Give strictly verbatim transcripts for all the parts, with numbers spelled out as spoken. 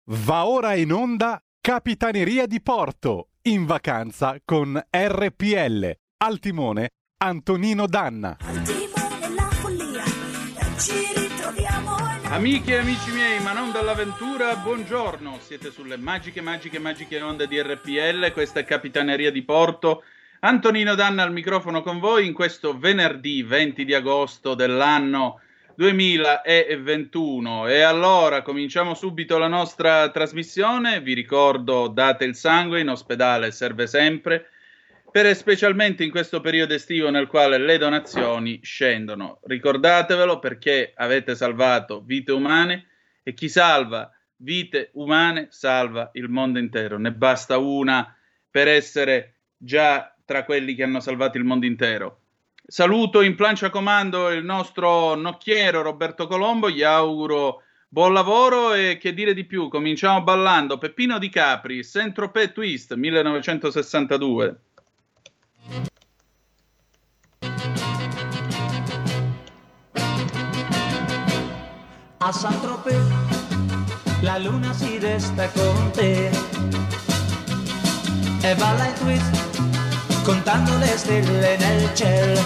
Va ora in onda Capitaneria di Porto, in vacanza con R P L. Al timone Antonino Danna. Al timone la follia, ci ritroviamo. Amiche e amici miei, ma non dall'avventura, buongiorno. Siete sulle magiche, magiche, magiche onde di R P L. Questa è Capitaneria di Porto. Antonino Danna al microfono con voi in questo venerdì venti di agosto dell'anno duemilaventuno. E allora cominciamo subito la nostra trasmissione. Vi ricordo, date il sangue, in ospedale serve sempre, per specialmente in questo periodo estivo nel quale le donazioni scendono. Ricordatevelo, perché avete salvato vite umane e chi salva vite umane salva il mondo intero. Ne basta una per essere già tra quelli che hanno salvato il mondo intero. Saluto in plancia comando il nostro nocchiero Roberto Colombo, gli auguro buon lavoro e che dire di più. Cominciamo ballando Peppino Di Capri, Saint-Tropez Twist, millenovecentosessantadue. A Saint-Tropez la luna si resta con te e balla il twist contando le stelle nel cielo,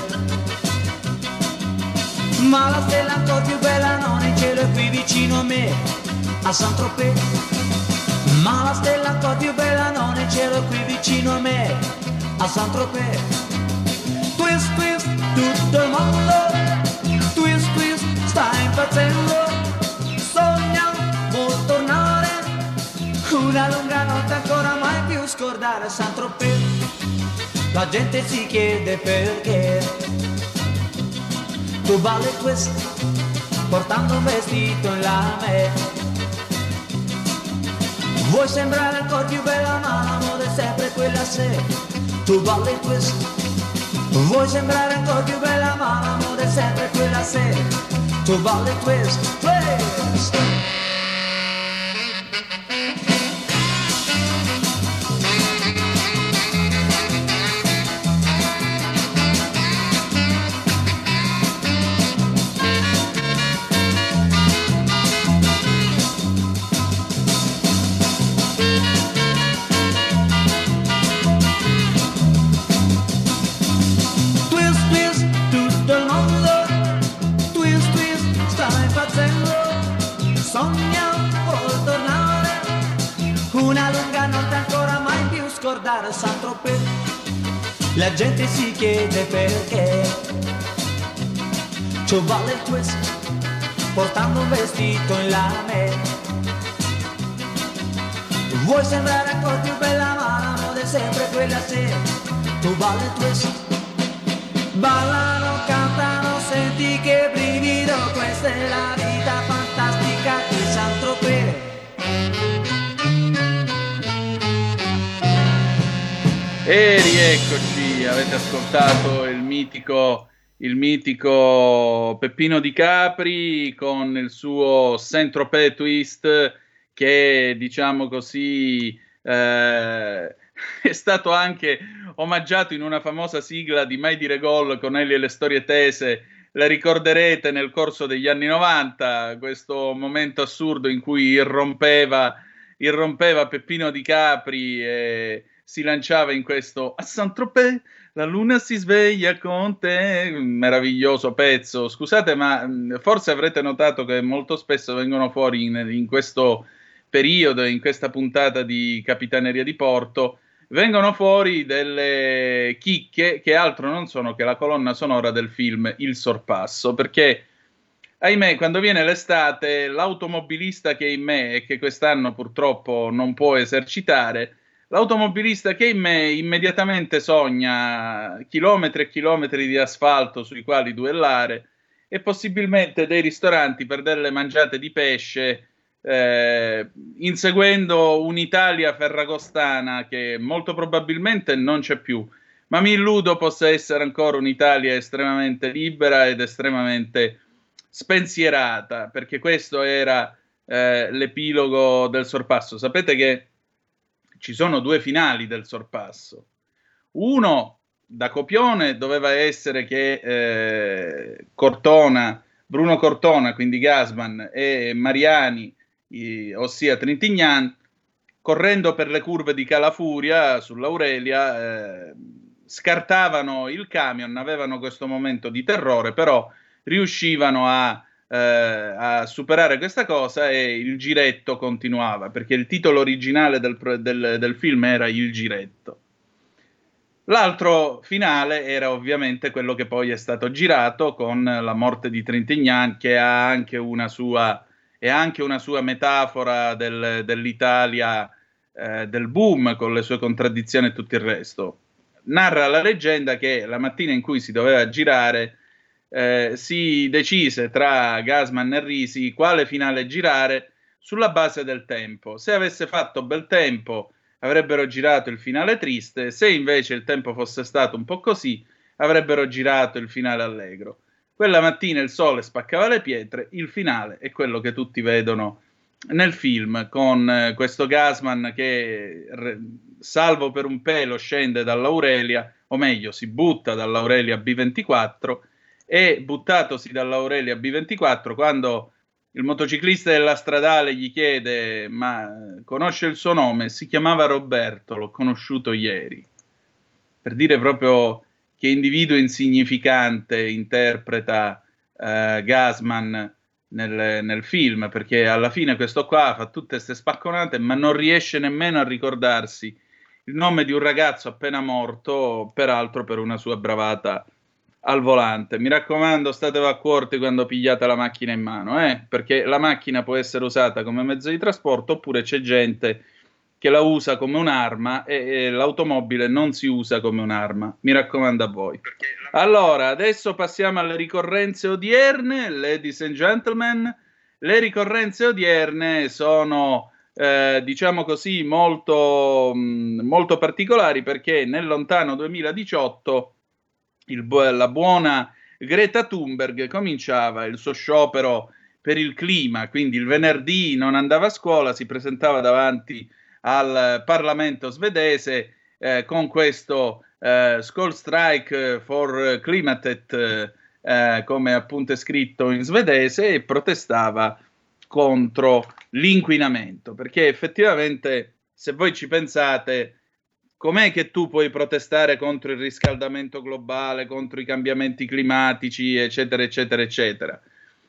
ma la stella ancora più bella non è in cielo, è qui vicino a me, a Saint-Tropez. Ma la stella ancora più bella non è in cielo, è qui vicino a me, a Saint-Tropez. Twist, twist, tutto il mondo, twist, twist, sta impazzendo, sogniamo tornare, una lunga notte ancora mai più scordare a Saint-Tropez. La gente si chiede perché tu balli twist portando un vestito in lame. Vuoi sembrare ancora più bella ma la moda è sempre quella se tu balli twist. Vuoi sembrare ancora più bella ma la moda è sempre quella se tu balli twist, twist. A Saint-Tropez la gente si chiede perché tu balli il twist portando un vestito in lame. Vuoi sembrare ancora più bella ma la moda è sempre quella se tu balli il twist. Ballano, cantano, senti che brivido, questa è la vita fantastica di Saint-Tropez. E rieccoci, avete ascoltato il mitico, il mitico Peppino Di Capri con il suo Saint-Tropez Twist, che diciamo così eh, è stato anche omaggiato in una famosa sigla di Mai dire gol con Elio e le storie tese. La ricorderete nel corso degli anni novanta, questo momento assurdo in cui irrompeva, irrompeva Peppino Di Capri e si lanciava in questo a Saint-Tropez, la luna si sveglia con te, meraviglioso pezzo. Scusate, ma forse avrete notato che molto spesso vengono fuori in, in questo periodo, in questa puntata di Capitaneria di Porto, vengono fuori delle chicche che altro non sono che la colonna sonora del film Il Sorpasso, perché ahimè, quando viene l'estate, l'automobilista che è in me e che quest'anno purtroppo non può esercitare, l'automobilista che in me immediatamente sogna chilometri e chilometri di asfalto sui quali duellare e possibilmente dei ristoranti per delle mangiate di pesce, eh, inseguendo un'Italia ferragostana che molto probabilmente non c'è più, ma mi illudo possa essere ancora un'Italia estremamente libera ed estremamente spensierata, perché questo era eh, l'epilogo del Sorpasso. Sapete che ci sono due finali del Sorpasso. Uno da copione doveva essere che eh, Cortona, Bruno Cortona, quindi Gassman, e Mariani i, ossia Trintignant, correndo per le curve di Calafuria sull'Aurelia, eh, scartavano il camion, avevano questo momento di terrore, però riuscivano a, eh, a superare questa cosa e il giretto continuava, perché il titolo originale del, del, del film era Il giretto. L'altro finale era ovviamente quello che poi è stato girato con la morte di Trintignant, che ha anche una sua, è anche una sua metafora del, dell'Italia eh, del boom, con le sue contraddizioni e tutto il resto. Narra la leggenda che la mattina in cui si doveva girare eh, si decise tra Gassman e Risi quale finale girare sulla base del tempo. Se avesse fatto bel tempo avrebbero girato il finale triste, se invece il tempo fosse stato un po' così avrebbero girato il finale allegro. Quella mattina il sole spaccava le pietre, il finale è quello che tutti vedono nel film, con eh, questo Gassman che, re, salvo per un pelo, scende dall'Aurelia, o meglio si butta dall'Aurelia B ventiquattro, e buttatosi dall'Aurelia B ventiquattro, quando il motociclista della stradale gli chiede ma conosce il suo nome? Si chiamava Roberto, l'ho conosciuto ieri. Per dire proprio che individuo insignificante interpreta eh, Gassman nel, nel film, perché alla fine questo qua fa tutte queste spacconate ma non riesce nemmeno a ricordarsi il nome di un ragazzo appena morto, peraltro per una sua bravata al volante. Mi raccomando, statevi accorti quando pigliate la macchina in mano, eh? Perché la macchina può essere usata come mezzo di trasporto, oppure c'è gente che la usa come un'arma e, e l'automobile non si usa come un'arma. Mi raccomando a voi. Allora, adesso passiamo alle ricorrenze odierne, ladies and gentlemen. Le ricorrenze odierne sono, eh, diciamo così, molto, mh, molto particolari, perché nel lontano duemiladiciotto Il, la buona Greta Thunberg cominciava il suo sciopero per il clima, quindi il venerdì non andava a scuola, si presentava davanti al Parlamento svedese eh, con questo eh, School Strike for Climate, eh, come appunto è scritto in svedese, e protestava contro l'inquinamento, perché effettivamente, se voi ci pensate, com'è che tu puoi protestare contro il riscaldamento globale, contro i cambiamenti climatici, eccetera, eccetera, eccetera?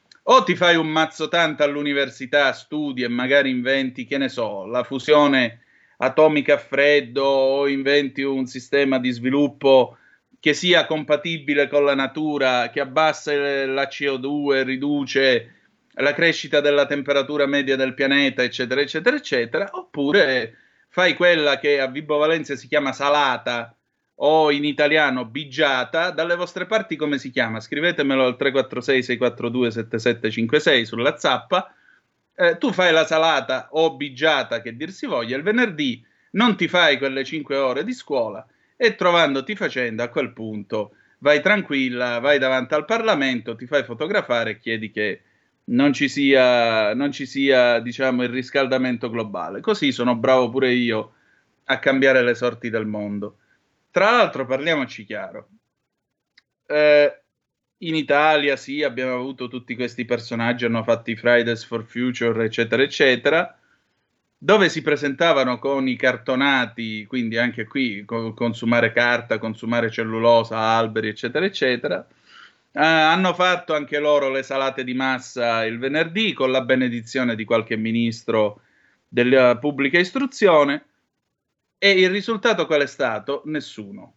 O ti fai un mazzo tanto all'università, studi e magari inventi, che ne so, la fusione atomica a freddo, o inventi un sistema di sviluppo che sia compatibile con la natura, che abbassa la C O due, riduce la crescita della temperatura media del pianeta, eccetera, eccetera, eccetera, oppure fai quella che a Vibo Valentia si chiama salata, o in italiano bigiata. Dalle vostre parti come si chiama? Scrivetemelo al tre quattro sei sei quattro due sette sette cinque sei sulla zappa. Eh, tu fai la salata o bigiata, che dir si voglia, il venerdì non ti fai quelle cinque ore di scuola e, trovandoti facendo, a quel punto vai tranquilla, vai davanti al Parlamento, ti fai fotografare e chiedi che non ci sia, non ci sia, diciamo, il riscaldamento globale. Così sono bravo pure io a cambiare le sorti del mondo. Tra l'altro, parliamoci chiaro, eh, in Italia sì, abbiamo avuto tutti questi personaggi, hanno fatto i Fridays for Future, eccetera, eccetera, dove si presentavano con i cartonati, quindi anche qui co- consumare carta, consumare cellulosa, alberi, eccetera, eccetera. Uh, hanno fatto anche loro le salate di massa il venerdì, con la benedizione di qualche ministro della pubblica istruzione, e il risultato qual è stato? Nessuno.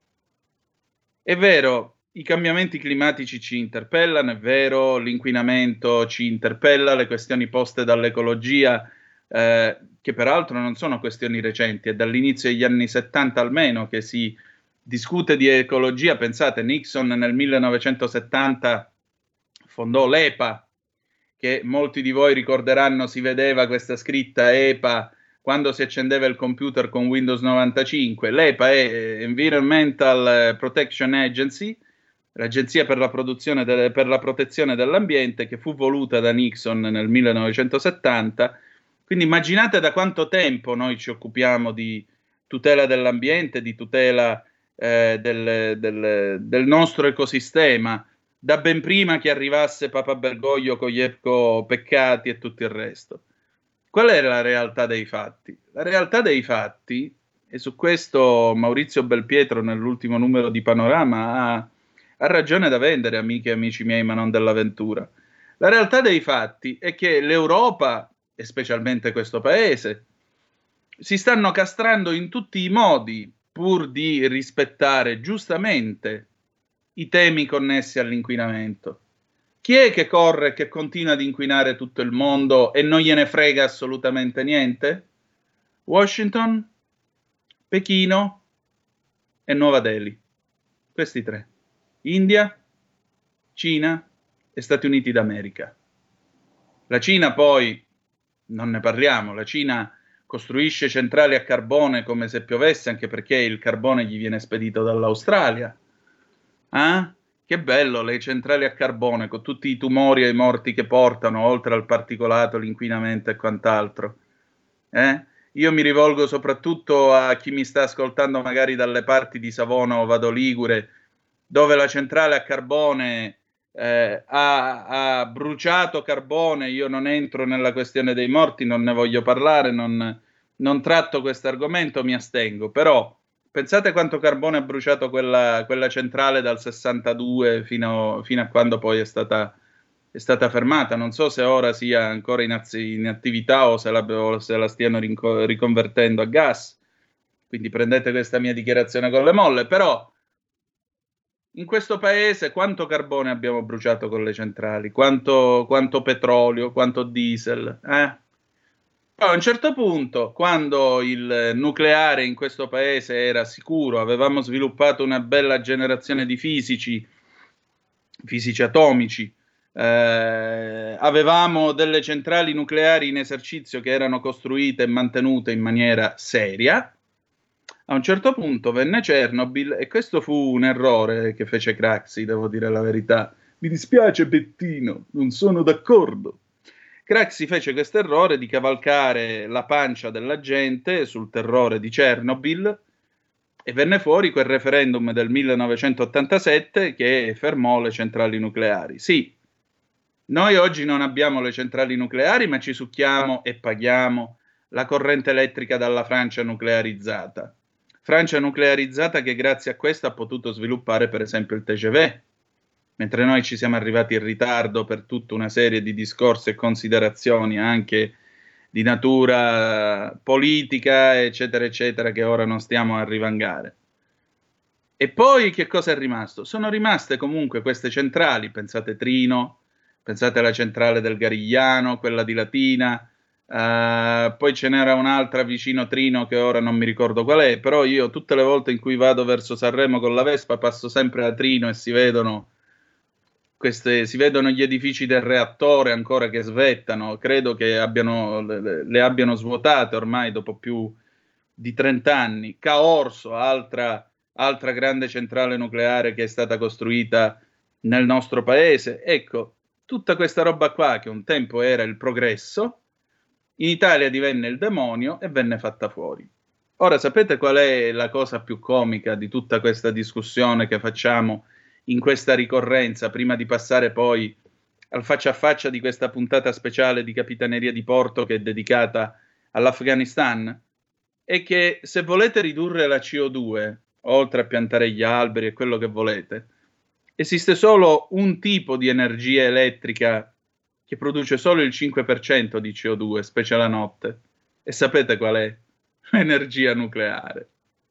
È vero, i cambiamenti climatici ci interpellano, è vero, l'inquinamento ci interpella, le questioni poste dall'ecologia, eh, che peraltro non sono questioni recenti, è dall'inizio degli anni settanta almeno che si discute di ecologia. Pensate, Nixon nel millenovecentosettanta fondò l'E P A, che molti di voi ricorderanno, si vedeva questa scritta E P A quando si accendeva il computer con Windows novantacinque. L'E P A è Environmental Protection Agency, l'agenzia per la, produzione de- per la protezione dell'ambiente, che fu voluta da Nixon nel millenovecentosettanta. Quindi immaginate da quanto tempo noi ci occupiamo di tutela dell'ambiente, di tutela eh, del, del, del nostro ecosistema, da ben prima che arrivasse Papa Bergoglio con gli ecopeccati e tutto il resto. qual è la realtà dei fatti? La realtà dei fatti, e su questo Maurizio Belpietro nell'ultimo numero di Panorama ha, ha ragione da vendere, amiche e amici miei, ma non dell'avventura. La realtà dei fatti è che l'Europa, e specialmente questo paese, si stanno castrando in tutti i modi pur di rispettare giustamente i temi connessi all'inquinamento. Chi è che corre e che continua ad inquinare tutto il mondo e non gliene frega assolutamente niente? Washington, Pechino e Nuova Delhi. Questi tre. India, Cina e Stati Uniti d'America. La Cina poi, non ne parliamo, la Cina costruisce centrali a carbone come se piovesse, anche perché il carbone gli viene spedito dall'Australia. Eh? Che bello, le centrali a carbone, con tutti i tumori e i morti che portano, oltre al particolato, l'inquinamento e quant'altro. Eh? Io mi rivolgo soprattutto a chi mi sta ascoltando magari dalle parti di Savona o Vado Ligure, dove la centrale a carbone eh, ha, ha bruciato carbone. Io non entro nella questione dei morti, non ne voglio parlare, non, non tratto questo argomento, mi astengo, però pensate quanto carbone ha bruciato quella, quella centrale dal sessantadue fino, fino a quando poi è stata, è stata fermata. Non so se ora sia ancora in, az- in attività o se la, o se la stiano rinco- riconvertendo a gas. Quindi prendete questa mia dichiarazione con le molle. Però in questo paese quanto carbone abbiamo bruciato con le centrali? Quanto, quanto petrolio? Quanto diesel? Eh? A un certo punto, quando il nucleare in questo paese era sicuro, avevamo sviluppato una bella generazione di fisici, fisici atomici, eh, avevamo delle centrali nucleari in esercizio che erano costruite e mantenute in maniera seria, a un certo punto venne Chernobyl e questo fu un errore che fece Craxi, devo dire la verità. Mi dispiace Bettino, non sono d'accordo. Craxi fece questo errore di cavalcare la pancia della gente sul terrore di Chernobyl e venne fuori quel referendum del millenovecentottantasette che fermò le centrali nucleari. Sì, noi oggi non abbiamo le centrali nucleari, ma ci succhiamo e paghiamo la corrente elettrica dalla Francia nuclearizzata. Francia nuclearizzata che grazie a questo ha potuto sviluppare per esempio il T G V, mentre noi ci siamo arrivati in ritardo per tutta una serie di discorsi e considerazioni anche di natura politica, eccetera, eccetera, che ora non stiamo a rivangare. E poi che cosa è rimasto? Sono rimaste comunque queste centrali, pensate Trino, pensate alla centrale del Garigliano, quella di Latina, uh, poi ce n'era un'altra vicino Trino che ora non mi ricordo qual è, però io tutte le volte in cui vado verso Sanremo con la Vespa passo sempre a Trino e si vedono Queste, si vedono gli edifici del reattore ancora che svettano, credo che abbiano, le, le abbiano svuotate ormai dopo più di trenta anni. Caorso, altra, altra grande centrale nucleare che è stata costruita nel nostro paese. Ecco, tutta questa roba qua che un tempo era il progresso, in Italia divenne il demonio e venne fatta fuori. Ora sapete qual è la cosa più comica di tutta questa discussione che facciamo in questa ricorrenza, prima di passare poi al faccia a faccia di questa puntata speciale di Capitaneria di Porto che è dedicata all'Afghanistan? È che se volete ridurre la C O due, oltre a piantare gli alberi e quello che volete, esiste solo un tipo di energia elettrica che produce solo il cinque per cento di C O due, specie la notte. E sapete qual è? L'energia nucleare.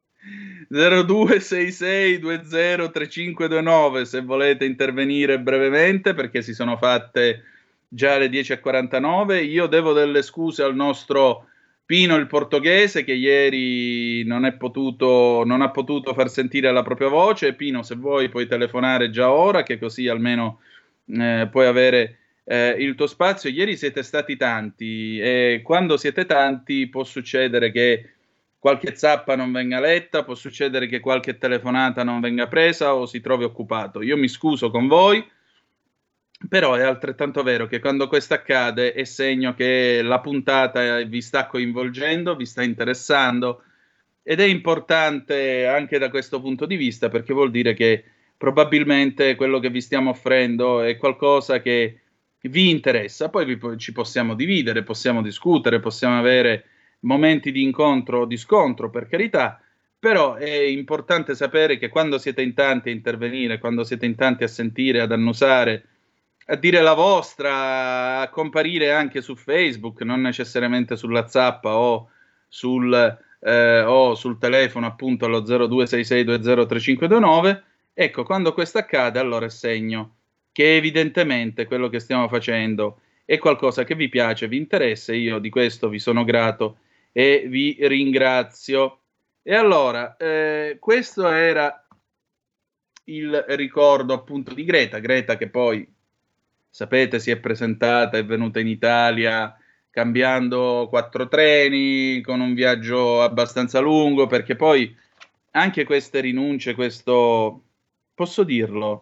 zero due sei sei due zero tre cinque due nove se volete intervenire brevemente, perché si sono fatte già le dieci e quarantanove. Io devo delle scuse al nostro Pino il portoghese che ieri non è potuto non ha potuto far sentire la propria voce. Pino, se vuoi puoi telefonare già ora, che così almeno eh, puoi avere eh, il tuo spazio. Ieri siete stati tanti e quando siete tanti può succedere che qualche zappa non venga letta, può succedere che qualche telefonata non venga presa o si trovi occupato. Io mi scuso con voi, però è altrettanto vero che quando questo accade è segno che la puntata vi sta coinvolgendo, vi sta interessando, ed è importante anche da questo punto di vista, perché vuol dire che probabilmente quello che vi stiamo offrendo è qualcosa che vi interessa, poi vi, ci possiamo dividere, possiamo discutere, possiamo avere momenti di incontro o di scontro, per carità, però è importante sapere che quando siete in tanti a intervenire, quando siete in tanti a sentire, ad annusare, a dire la vostra, a comparire anche su Facebook, non necessariamente sulla zappa o sul, eh, o sul telefono appunto allo zero due sei sei due zero tre cinque due nove, ecco, quando questo accade allora è segno che evidentemente quello che stiamo facendo è qualcosa che vi piace, vi interessa, io di questo vi sono grato e vi ringrazio. E allora, eh, questo era il ricordo appunto di Greta, Greta che poi, sapete, si è presentata, è venuta in Italia cambiando quattro treni, con un viaggio abbastanza lungo, perché poi anche queste rinunce, questo, posso dirlo,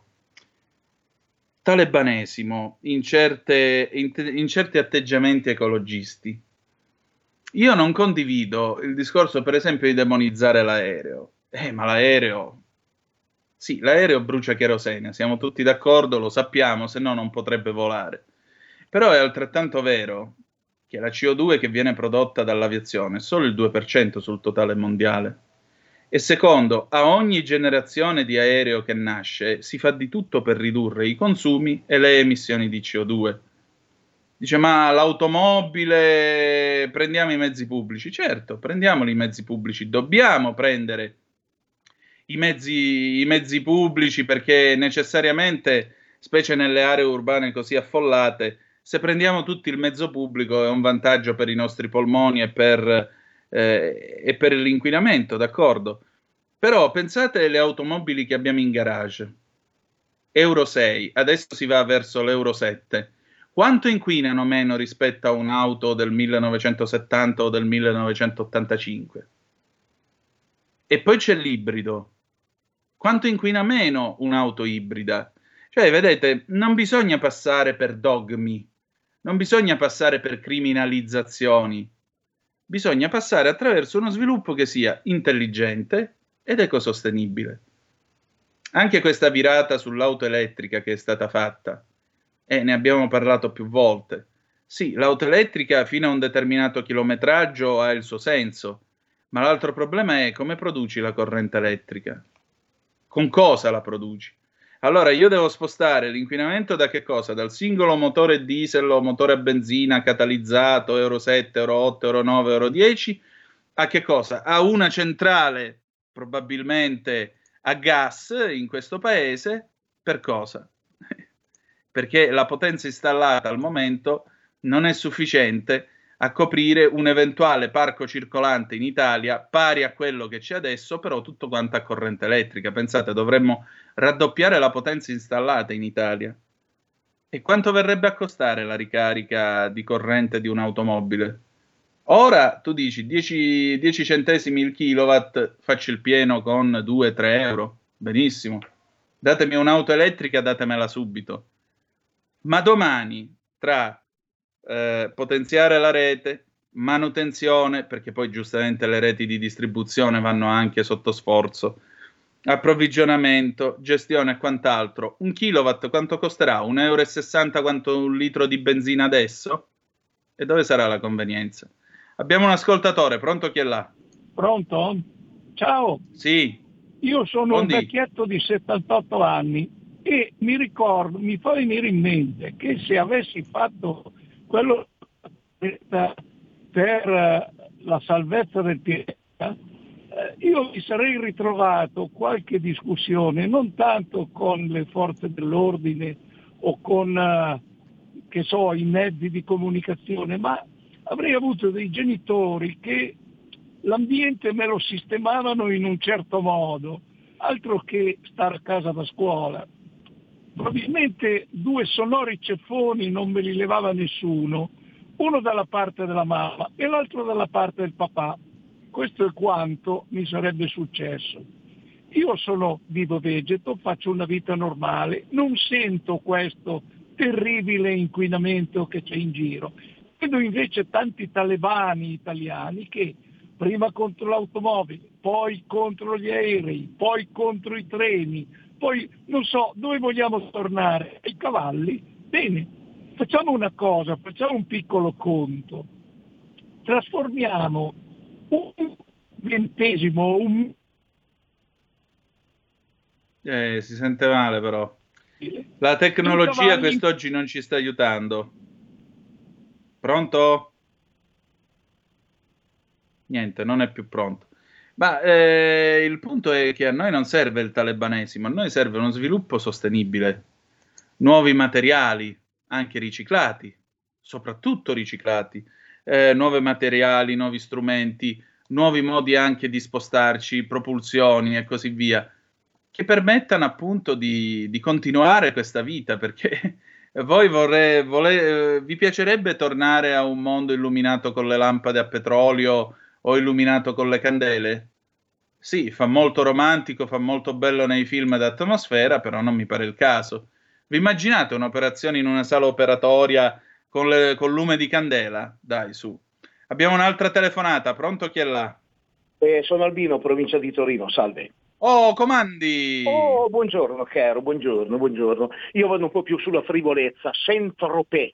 talebanesimo in, certe, in, in certi atteggiamenti ecologisti. Io non condivido il discorso, per esempio, di demonizzare l'aereo. Eh, ma l'aereo... Sì, l'aereo brucia cherosene, siamo tutti d'accordo, lo sappiamo, se no non potrebbe volare. Però è altrettanto vero che la C O due che viene prodotta dall'aviazione è solo il due per cento sul totale mondiale. E secondo, a ogni generazione di aereo che nasce si fa di tutto per ridurre i consumi e le emissioni di C O due. Dice, ma l'automobile, prendiamo i mezzi pubblici. Certo, prendiamoli i mezzi pubblici, dobbiamo prendere i mezzi, i mezzi pubblici perché necessariamente, specie nelle aree urbane così affollate, se prendiamo tutti il mezzo pubblico è un vantaggio per i nostri polmoni e per, eh, e per l'inquinamento, d'accordo? Però pensate alle automobili che abbiamo in garage, Euro sei, adesso si va verso l'Euro sette. Quanto inquinano meno rispetto a un'auto del millenovecentosettanta o del millenovecentottantacinque? E poi c'è l'ibrido. Quanto inquina meno un'auto ibrida? Cioè, vedete, non bisogna passare per dogmi, non bisogna passare per criminalizzazioni, bisogna passare attraverso uno sviluppo che sia intelligente ed ecosostenibile. Anche questa virata sull'auto elettrica che è stata fatta, e ne abbiamo parlato più volte. Sì, l'auto elettrica fino a un determinato chilometraggio ha il suo senso, ma l'altro problema è come produci la corrente elettrica. Con cosa la produci? Allora io devo spostare l'inquinamento da che cosa? Dal singolo motore diesel o motore a benzina catalizzato, Euro sette, Euro otto, Euro nove, Euro dieci, a che cosa? A una centrale, probabilmente a gas in questo paese, per cosa? Perché la potenza installata al momento non è sufficiente a coprire un eventuale parco circolante in Italia pari a quello che c'è adesso, però tutto quanto a corrente elettrica. Pensate, dovremmo raddoppiare la potenza installata in Italia. E quanto verrebbe a costare la ricarica di corrente di un'automobile? Ora tu dici dieci, dieci centesimi il kilowatt, faccio il pieno con due tre euro. Benissimo. Datemi un'auto elettrica, datemela subito. Ma domani, tra eh, potenziare la rete, manutenzione, perché poi giustamente le reti di distribuzione vanno anche sotto sforzo, approvvigionamento, gestione e quant'altro, un kilowatt quanto costerà? un euro e sessanta quanto un litro di benzina adesso? E dove sarà la convenienza? Abbiamo un ascoltatore, pronto, chi è là? Pronto? Ciao. Sì. Io sono Buondì. Un vecchietto di settantotto anni e mi ricordo, mi fa venire in mente che se avessi fatto quello per la salvezza del pianeta, io mi sarei ritrovato qualche discussione, non tanto con le forze dell'ordine o con, che so, i mezzi di comunicazione, ma avrei avuto dei genitori che l'ambiente me lo sistemavano in un certo modo, altro che stare a casa da scuola. Probabilmente due sonori ceffoni non me li levava nessuno, uno dalla parte della mamma e l'altro dalla parte del papà. Questo è quanto mi sarebbe successo. Io sono vivo vegeto, faccio una vita normale, non sento questo terribile inquinamento che c'è in giro. Vedo invece tanti talebani italiani che prima contro l'automobile, poi contro gli aerei, poi contro i treni, poi non so dove vogliamo tornare, ai cavalli? Bene, facciamo una cosa, facciamo un piccolo conto. Trasformiamo un ventesimo, un... Eh, si sente male però. La tecnologia quest'oggi non ci sta aiutando. Pronto? Niente, non è più pronto. Ma eh, il punto è che a noi non serve il talebanesimo, a noi serve uno sviluppo sostenibile, nuovi materiali, anche riciclati, soprattutto riciclati, eh, nuovi materiali, nuovi strumenti, nuovi modi anche di spostarci, propulsioni e così via, che permettano appunto di, di continuare questa vita, perché voi vorrei, vole, vi piacerebbe tornare a un mondo illuminato con le lampade a petrolio o illuminato con le candele? Sì, fa molto romantico, fa molto bello nei film d'atmosfera, però non mi pare il caso. Vi immaginate un'operazione in una sala operatoria con, le, con lume di candela? Dai, su. Abbiamo un'altra telefonata, pronto, chi è là? Eh, sono Albino, provincia di Torino, salve. Oh, comandi! Oh, buongiorno caro, buongiorno, buongiorno. Io vado un po' più sulla frivolezza. Saint-Tropez,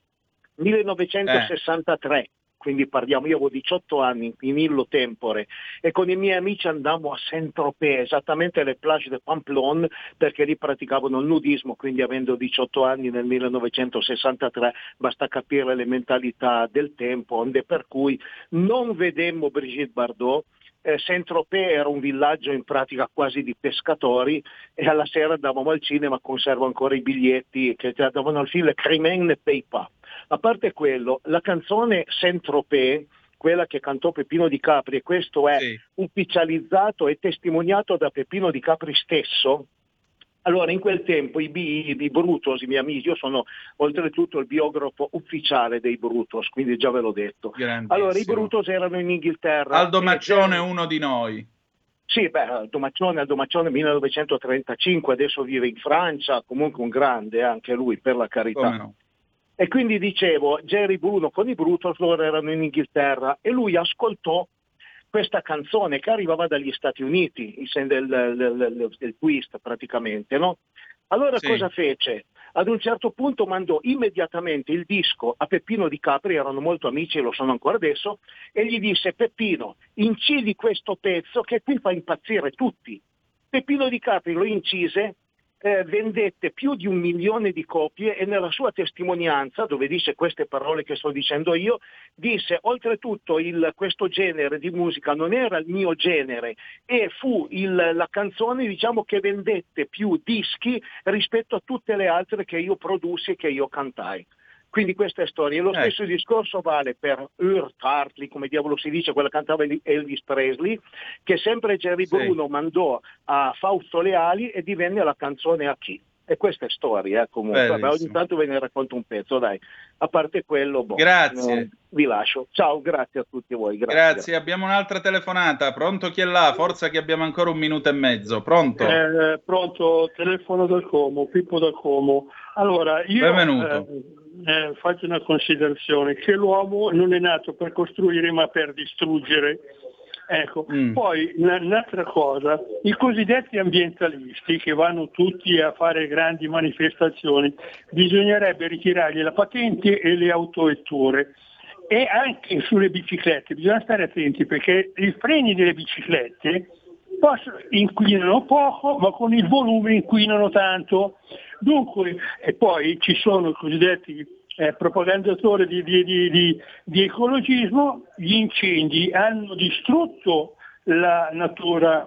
millenovecentosessantatré, eh. Quindi parliamo, io avevo diciotto anni in illo tempore e con i miei amici andammo a Saint-Tropez, esattamente alle plage de Pamplonne, perché lì praticavano il nudismo, quindi avendo diciotto anni nel millenovecentosessantatré basta capire le mentalità del tempo, onde per cui non vedemmo Brigitte Bardot. Eh, Saint-Tropez era un villaggio in pratica quasi di pescatori e alla sera andavamo al cinema, conservo ancora i biglietti che davano al film Crimen ne paye pas. A parte quello, la canzone Saint-Tropez, quella che cantò Peppino Di Capri, e questo è sì. ufficializzato e testimoniato da Peppino Di Capri stesso. Allora, in quel tempo i, i, i Brutus, i miei amici, io sono oltretutto il biografo ufficiale dei Brutus, quindi già ve l'ho detto. Allora, i Brutus erano in Inghilterra. Aldo Maccione è uno di noi. Sì, beh, Aldo Maccione, Aldo Maccione millenovecentotrentacinque, adesso vive in Francia, comunque un grande anche lui, per la carità. Come no? E quindi dicevo, Jerry Bruno con i Brutus, loro erano in Inghilterra e lui ascoltò questa canzone che arrivava dagli Stati Uniti, il del, del, del, del twist praticamente, no? Allora sì. Cosa fece? Ad un certo punto mandò immediatamente il disco a Peppino Di Capri, erano molto amici e lo sono ancora adesso, e gli disse: Peppino, incidi questo pezzo che qui fa impazzire tutti. Peppino Di Capri lo incise, Eh, vendette più di un milione di copie e nella sua testimonianza, dove dice queste parole che sto dicendo io, disse oltretutto il, questo genere di musica non era il mio genere e fu il, la canzone diciamo che vendette più dischi rispetto a tutte le altre che io produssi e che io cantai. Quindi questa è storia. Lo stesso eh. discorso vale per Urt Hartley, come diavolo si dice, quella cantava Elvis Presley, che sempre Jerry sì. Bruno mandò a Fausto Leali e divenne la canzone a chi. E questa è storia, eh, comunque. Vabbè, ogni tanto ve ne racconto un pezzo, dai. A parte quello, boh, grazie. No, vi lascio. Ciao, grazie a tutti voi. Grazie. Grazie, abbiamo un'altra telefonata. Pronto, chi è là? Forza che abbiamo ancora un minuto e mezzo. Pronto? Eh, pronto, telefono dal Como, Pippo dal Como. Allora, io Benvenuto. Eh, eh, faccio una considerazione, che l'uomo non è nato per costruire ma per distruggere. Ecco, mm. Poi un'altra cosa, i cosiddetti ambientalisti che vanno tutti a fare grandi manifestazioni, bisognerebbe ritirargli la patente e le autovetture. E anche sulle biciclette bisogna stare attenti, perché i freni delle biciclette possono, inquinano poco, ma con il volume inquinano tanto. Dunque, e poi ci sono i cosiddetti eh, propagandatori di, di, di, di, di ecologismo. Gli incendi hanno distrutto la natura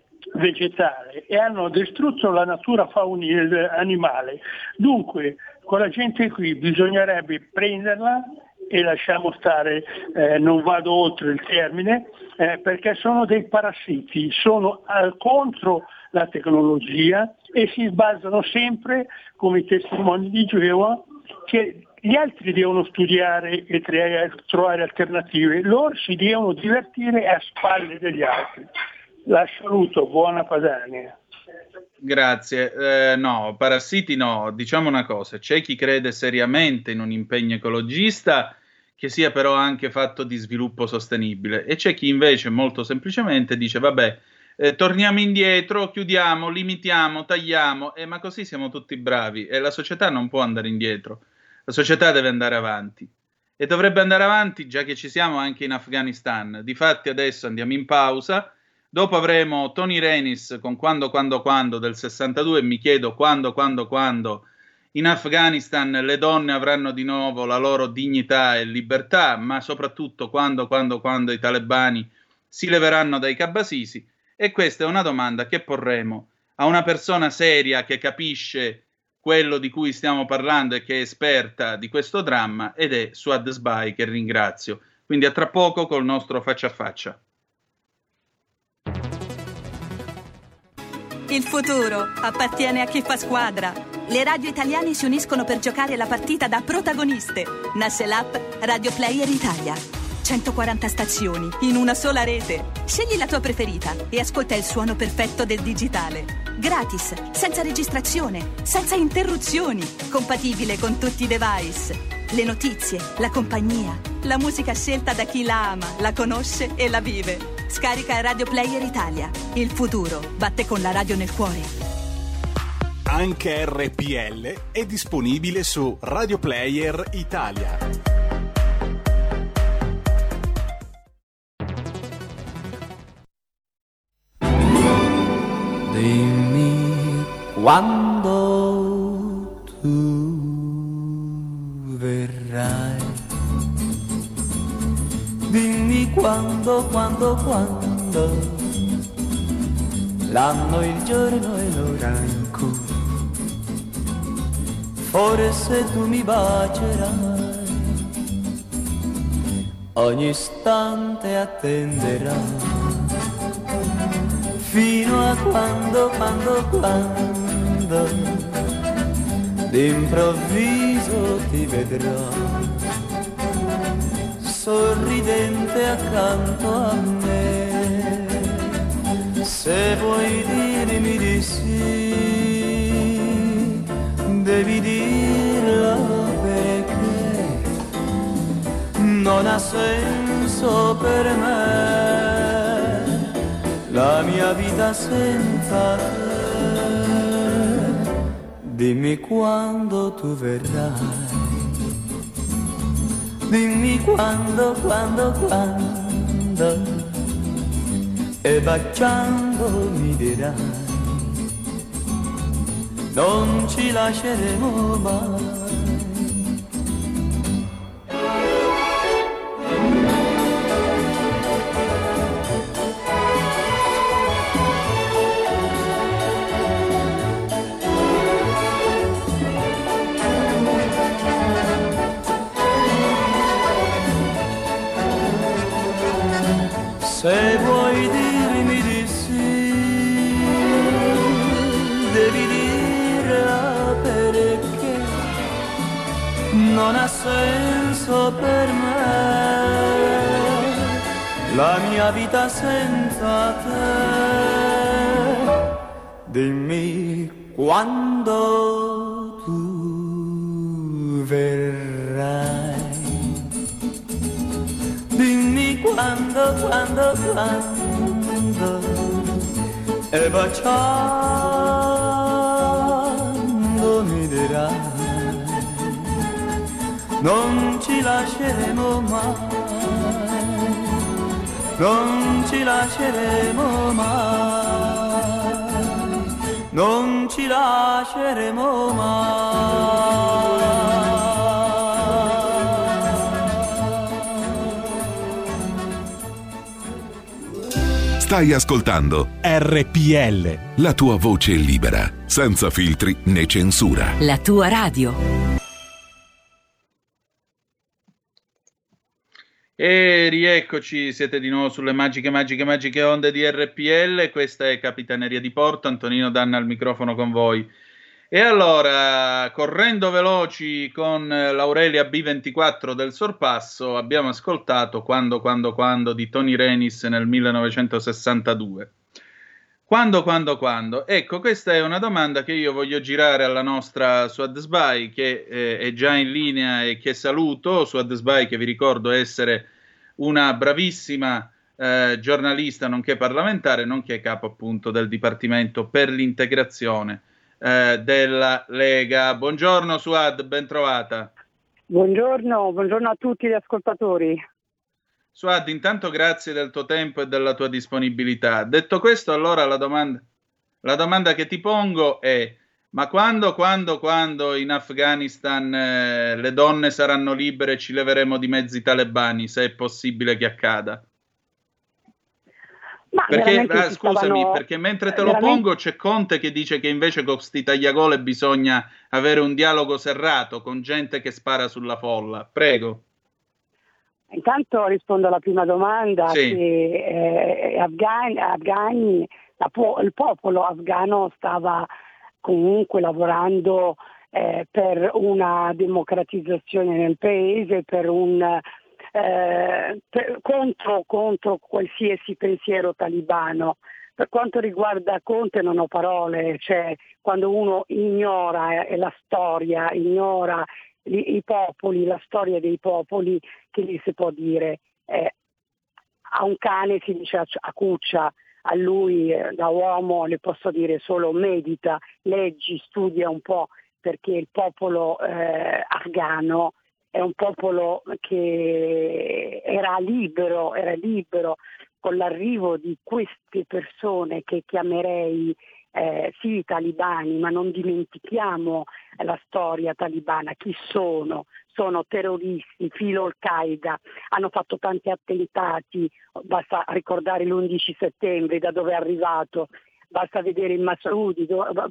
vegetale e hanno distrutto la natura faunile animale. Dunque, con la gente qui bisognerebbe prenderla e lasciamo stare, eh, non vado oltre il termine, eh, perché sono dei parassiti, sono al contro la tecnologia e si basano sempre, come i testimoni di Geova, che gli altri devono studiare e trovare alternative, loro si devono divertire a spalle degli altri. La saluto, buona Padania. Grazie. Eh, no, parassiti no. Diciamo una cosa, c'è chi crede seriamente in un impegno ecologista che sia però anche fatto di sviluppo sostenibile e c'è chi invece molto semplicemente dice vabbè, eh, torniamo indietro, chiudiamo, limitiamo, tagliamo, eh, ma così siamo tutti bravi e la società non può andare indietro. La società deve andare avanti e dovrebbe andare avanti, già che ci siamo, anche in Afghanistan. Difatti adesso andiamo in pausa, dopo avremo Tony Renis con Quando, Quando, Quando del sessantadue, e mi chiedo quando, quando, quando in Afghanistan le donne avranno di nuovo la loro dignità e libertà, ma soprattutto quando, quando, quando i talebani si leveranno dai Kabasisi. E questa è una domanda che porremo a una persona seria che capisce quello di cui stiamo parlando e che è esperta di questo dramma, ed è Suad Sbai, che ringrazio. Quindi a tra poco col nostro faccia a faccia. Il futuro appartiene a chi fa squadra. Le radio italiane si uniscono per giocare la partita da protagoniste. Nasce l'app Radio Player Italia. centoquaranta stazioni in una sola rete. Scegli la tua preferita e ascolta il suono perfetto del digitale. Gratis, senza registrazione, senza interruzioni. Compatibile con tutti i device. Le notizie, la compagnia, la musica scelta da chi la ama, la conosce e la vive. Scarica Radio Player Italia. Il futuro batte con la radio nel cuore. Anche R P L è disponibile su Radio Player Italia. Dimmi quando tu verrai. Dimmi quando, quando, quando. L'anno, il giorno e l'ora in cui forse tu mi bacerai. Ogni istante attenderai. Fino a quando, quando, quando d'improvviso ti vedrò sorridente accanto a me. Se vuoi dirmi di sì, devi dirlo perché non ha senso per me la mia vita senza te. Dimmi quando tu verrai. Dimmi quando, quando, quando. E baciando mi dirai non ci lasceremo mai. Se vuoi dirmi di sì, devi dirla perché non ha senso per me la mia vita senza te. Dimmi quando tu verrai. Dimmi quando, quando, quando. E baciando mi dirai non ci lasceremo mai, non ci lasceremo mai, non ci lasceremo mai. Stai ascoltando R P L, la tua voce libera, senza filtri né censura. La tua radio. E rieccoci, siete di nuovo sulle magiche, magiche, magiche onde di R P L. Questa è Capitaneria di Porto, Antonino Danna al microfono con voi. E allora, correndo veloci con l'Aurelia B ventiquattro del Sorpasso, abbiamo ascoltato Quando, Quando, Quando di Tony Renis nel millenovecentosessantadue. Quando, quando, quando? Ecco, questa è una domanda che io voglio girare alla nostra Suad Sbai, che eh, è già in linea e che saluto. Suad Sbai, che vi ricordo essere una bravissima eh, giornalista, nonché parlamentare, nonché capo appunto del Dipartimento per l'integrazione eh, della Lega. Buongiorno Suad, ben trovata. Buongiorno, buongiorno a tutti gli ascoltatori. Suad, intanto grazie del tuo tempo e della tua disponibilità. Detto questo, allora la domanda, la domanda che ti pongo è: ma quando, quando, quando in Afghanistan eh, le donne saranno libere ci leveremo di mezzo i talebani, se è possibile che accada? Ma perché, ah, scusami, stavano... perché mentre te lo veramente... pongo c'è Conte che dice che invece con sti tagliagole bisogna avere un dialogo serrato con gente che spara sulla folla. Prego. Intanto rispondo alla prima domanda, sì. che eh, Afghani, Afghani la po- il popolo afghano stava comunque lavorando eh, per una democratizzazione nel paese, per un, eh, per, contro, contro qualsiasi pensiero talibano. Per quanto riguarda Conte non ho parole, cioè quando uno ignora eh, la storia, ignora i popoli, la storia dei popoli, che gli si può dire? Eh, a un cane si dice a cuccia, a lui eh, da uomo le posso dire solo medita, leggi, studia un po', perché il popolo eh, afghano è un popolo che era libero, era libero con l'arrivo di queste persone che chiamerei Eh, sì, talibani, ma non dimentichiamo la storia talibana, chi sono? Sono terroristi, filo Al-Qaeda, hanno fatto tanti attentati, basta ricordare l'undici settembre, da dove è arrivato, basta vedere il Mas'udi,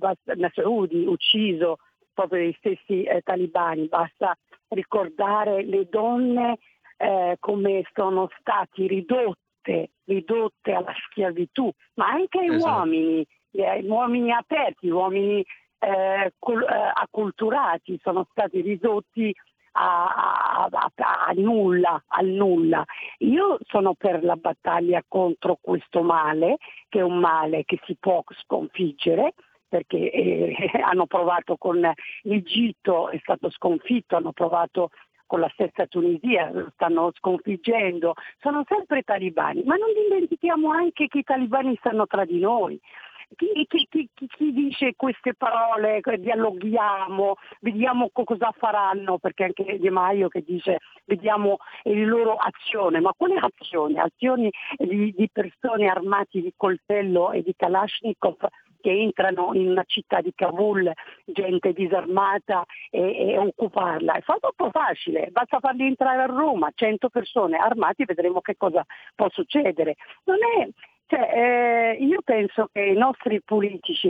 Mas'udi ucciso proprio dai stessi eh, talibani, basta ricordare le donne eh, come sono stati ridotte, ridotte alla schiavitù, ma anche gli esatto. uomini. Gli uomini aperti, gli uomini eh, cul- eh, acculturati sono stati ridotti a, a, a, a nulla, al nulla. Io sono per la battaglia contro questo male, che è un male che si può sconfiggere, perché eh, hanno provato con l'Egitto, è stato sconfitto, hanno provato con la stessa Tunisia, lo stanno sconfiggendo, sono sempre talibani, ma non dimentichiamo anche che i talibani stanno tra di noi. Chi, chi, chi, chi dice queste parole, dialoghiamo, vediamo cosa faranno, perché anche Di Maio che dice vediamo le loro azioni, ma quale azioni? Azioni di, di persone armate di coltello e di Kalashnikov che entrano in una città di Kabul, gente disarmata e, e occuparla. È troppo facile, basta farli entrare a Roma, cento persone armate, vedremo che cosa può succedere. Non è... Cioè, eh, io penso che i nostri politici,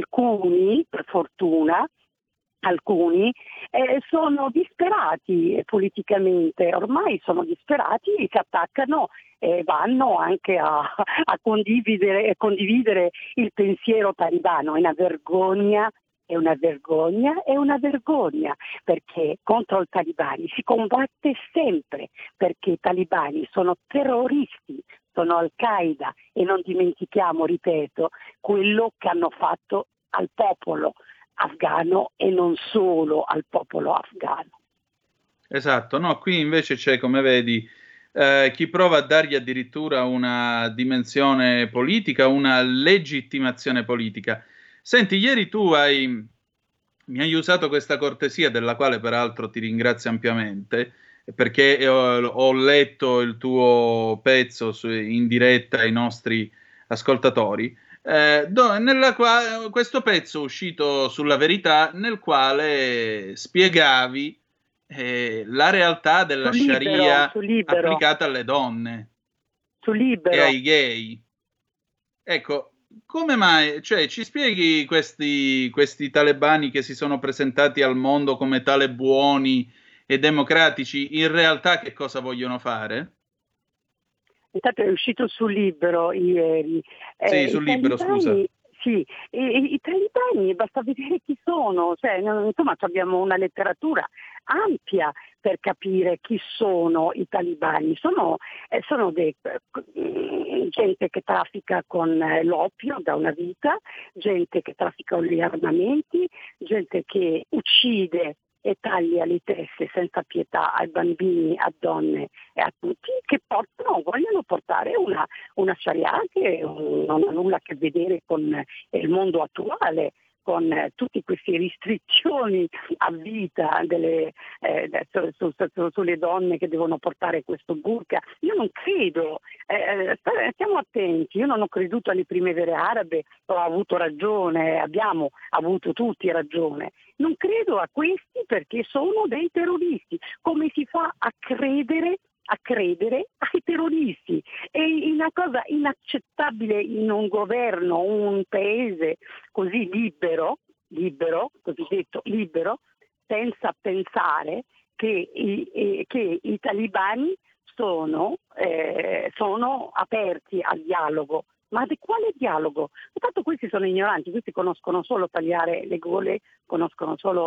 alcuni per fortuna, alcuni eh, sono disperati politicamente, ormai sono disperati, si attaccano e vanno anche a, a condividere, condividere il pensiero talibano. È una vergogna, è una vergogna, è una vergogna, perché contro i talibani si combatte sempre, perché i talibani sono terroristi, sono Al-Qaeda e non dimentichiamo, ripeto, quello che hanno fatto al popolo afghano e non solo al popolo afghano. Esatto, no, qui invece c'è, come vedi, eh, chi prova a dargli addirittura una dimensione politica, una legittimazione politica. Senti, ieri tu hai, mi hai usato questa cortesia, della quale peraltro ti ringrazio ampiamente, perché ho, ho letto il tuo pezzo su, in diretta ai nostri ascoltatori, eh, do, nella qua, questo pezzo uscito sulla Verità, nel quale spiegavi eh, la realtà della sul libero, Sharia sul libero. applicata alle donne sul libero. e ai gay. Ecco, come mai, cioè, ci spieghi questi, questi talebani che si sono presentati al mondo come tale buoni e democratici, in realtà che cosa vogliono fare? Intanto è uscito sul libero ieri. Sì, eh, sul libero, talibani, scusa. Sì, e, e, i talibani, basta vedere chi sono, cioè, insomma abbiamo una letteratura ampia per capire chi sono i talibani. Sono, eh, sono dei, eh, gente che traffica con eh, l'oppio da una vita, gente che traffica con gli armamenti, gente che uccide e taglia le teste senza pietà ai bambini, a donne e a tutti, che portano, vogliono portare una, una Sharia che non ha nulla a che vedere con il mondo attuale, con eh, tutte queste restrizioni a vita delle, eh, su, su, su, sulle donne che devono portare questo burqa. Io non credo, eh, stiamo attenti, io non ho creduto alle primavere arabe, ho avuto ragione, abbiamo avuto tutti ragione. Non credo a questi perché sono dei terroristi. Come si fa a credere a credere ai terroristi? È una cosa inaccettabile in un governo, un paese così libero, libero, cosiddetto libero, senza pensare che i, che i talibani sono, eh, sono aperti al dialogo. Ma di quale dialogo? Intanto questi sono ignoranti, questi conoscono solo tagliare le gole, conoscono solo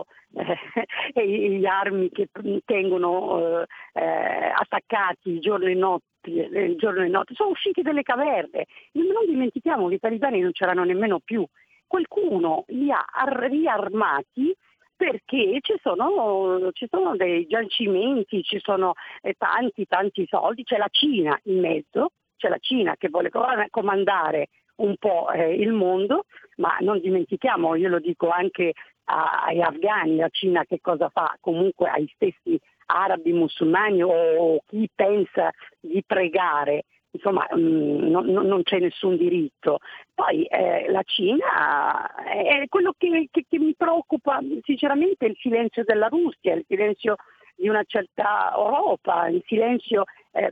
eh, gli armi che tengono eh, attaccati giorno e notte, eh, giorno e notte. Sono usciti dalle caverne. Non dimentichiamo che i talibani non c'erano nemmeno più. Qualcuno li ha riarmati perché ci sono, ci sono dei giacimenti, ci sono eh, tanti tanti soldi, c'è la Cina in mezzo. C'è la Cina che vuole comandare un po' eh, il mondo, ma non dimentichiamo, io lo dico anche a, agli afghani, la Cina che cosa fa? Comunque ai stessi arabi, musulmani o, o chi pensa di pregare, insomma mh, non, non c'è nessun diritto. Poi eh, la Cina è quello che, che, che mi preoccupa sinceramente, il silenzio della Russia, il silenzio di una certa Europa, il silenzio, eh,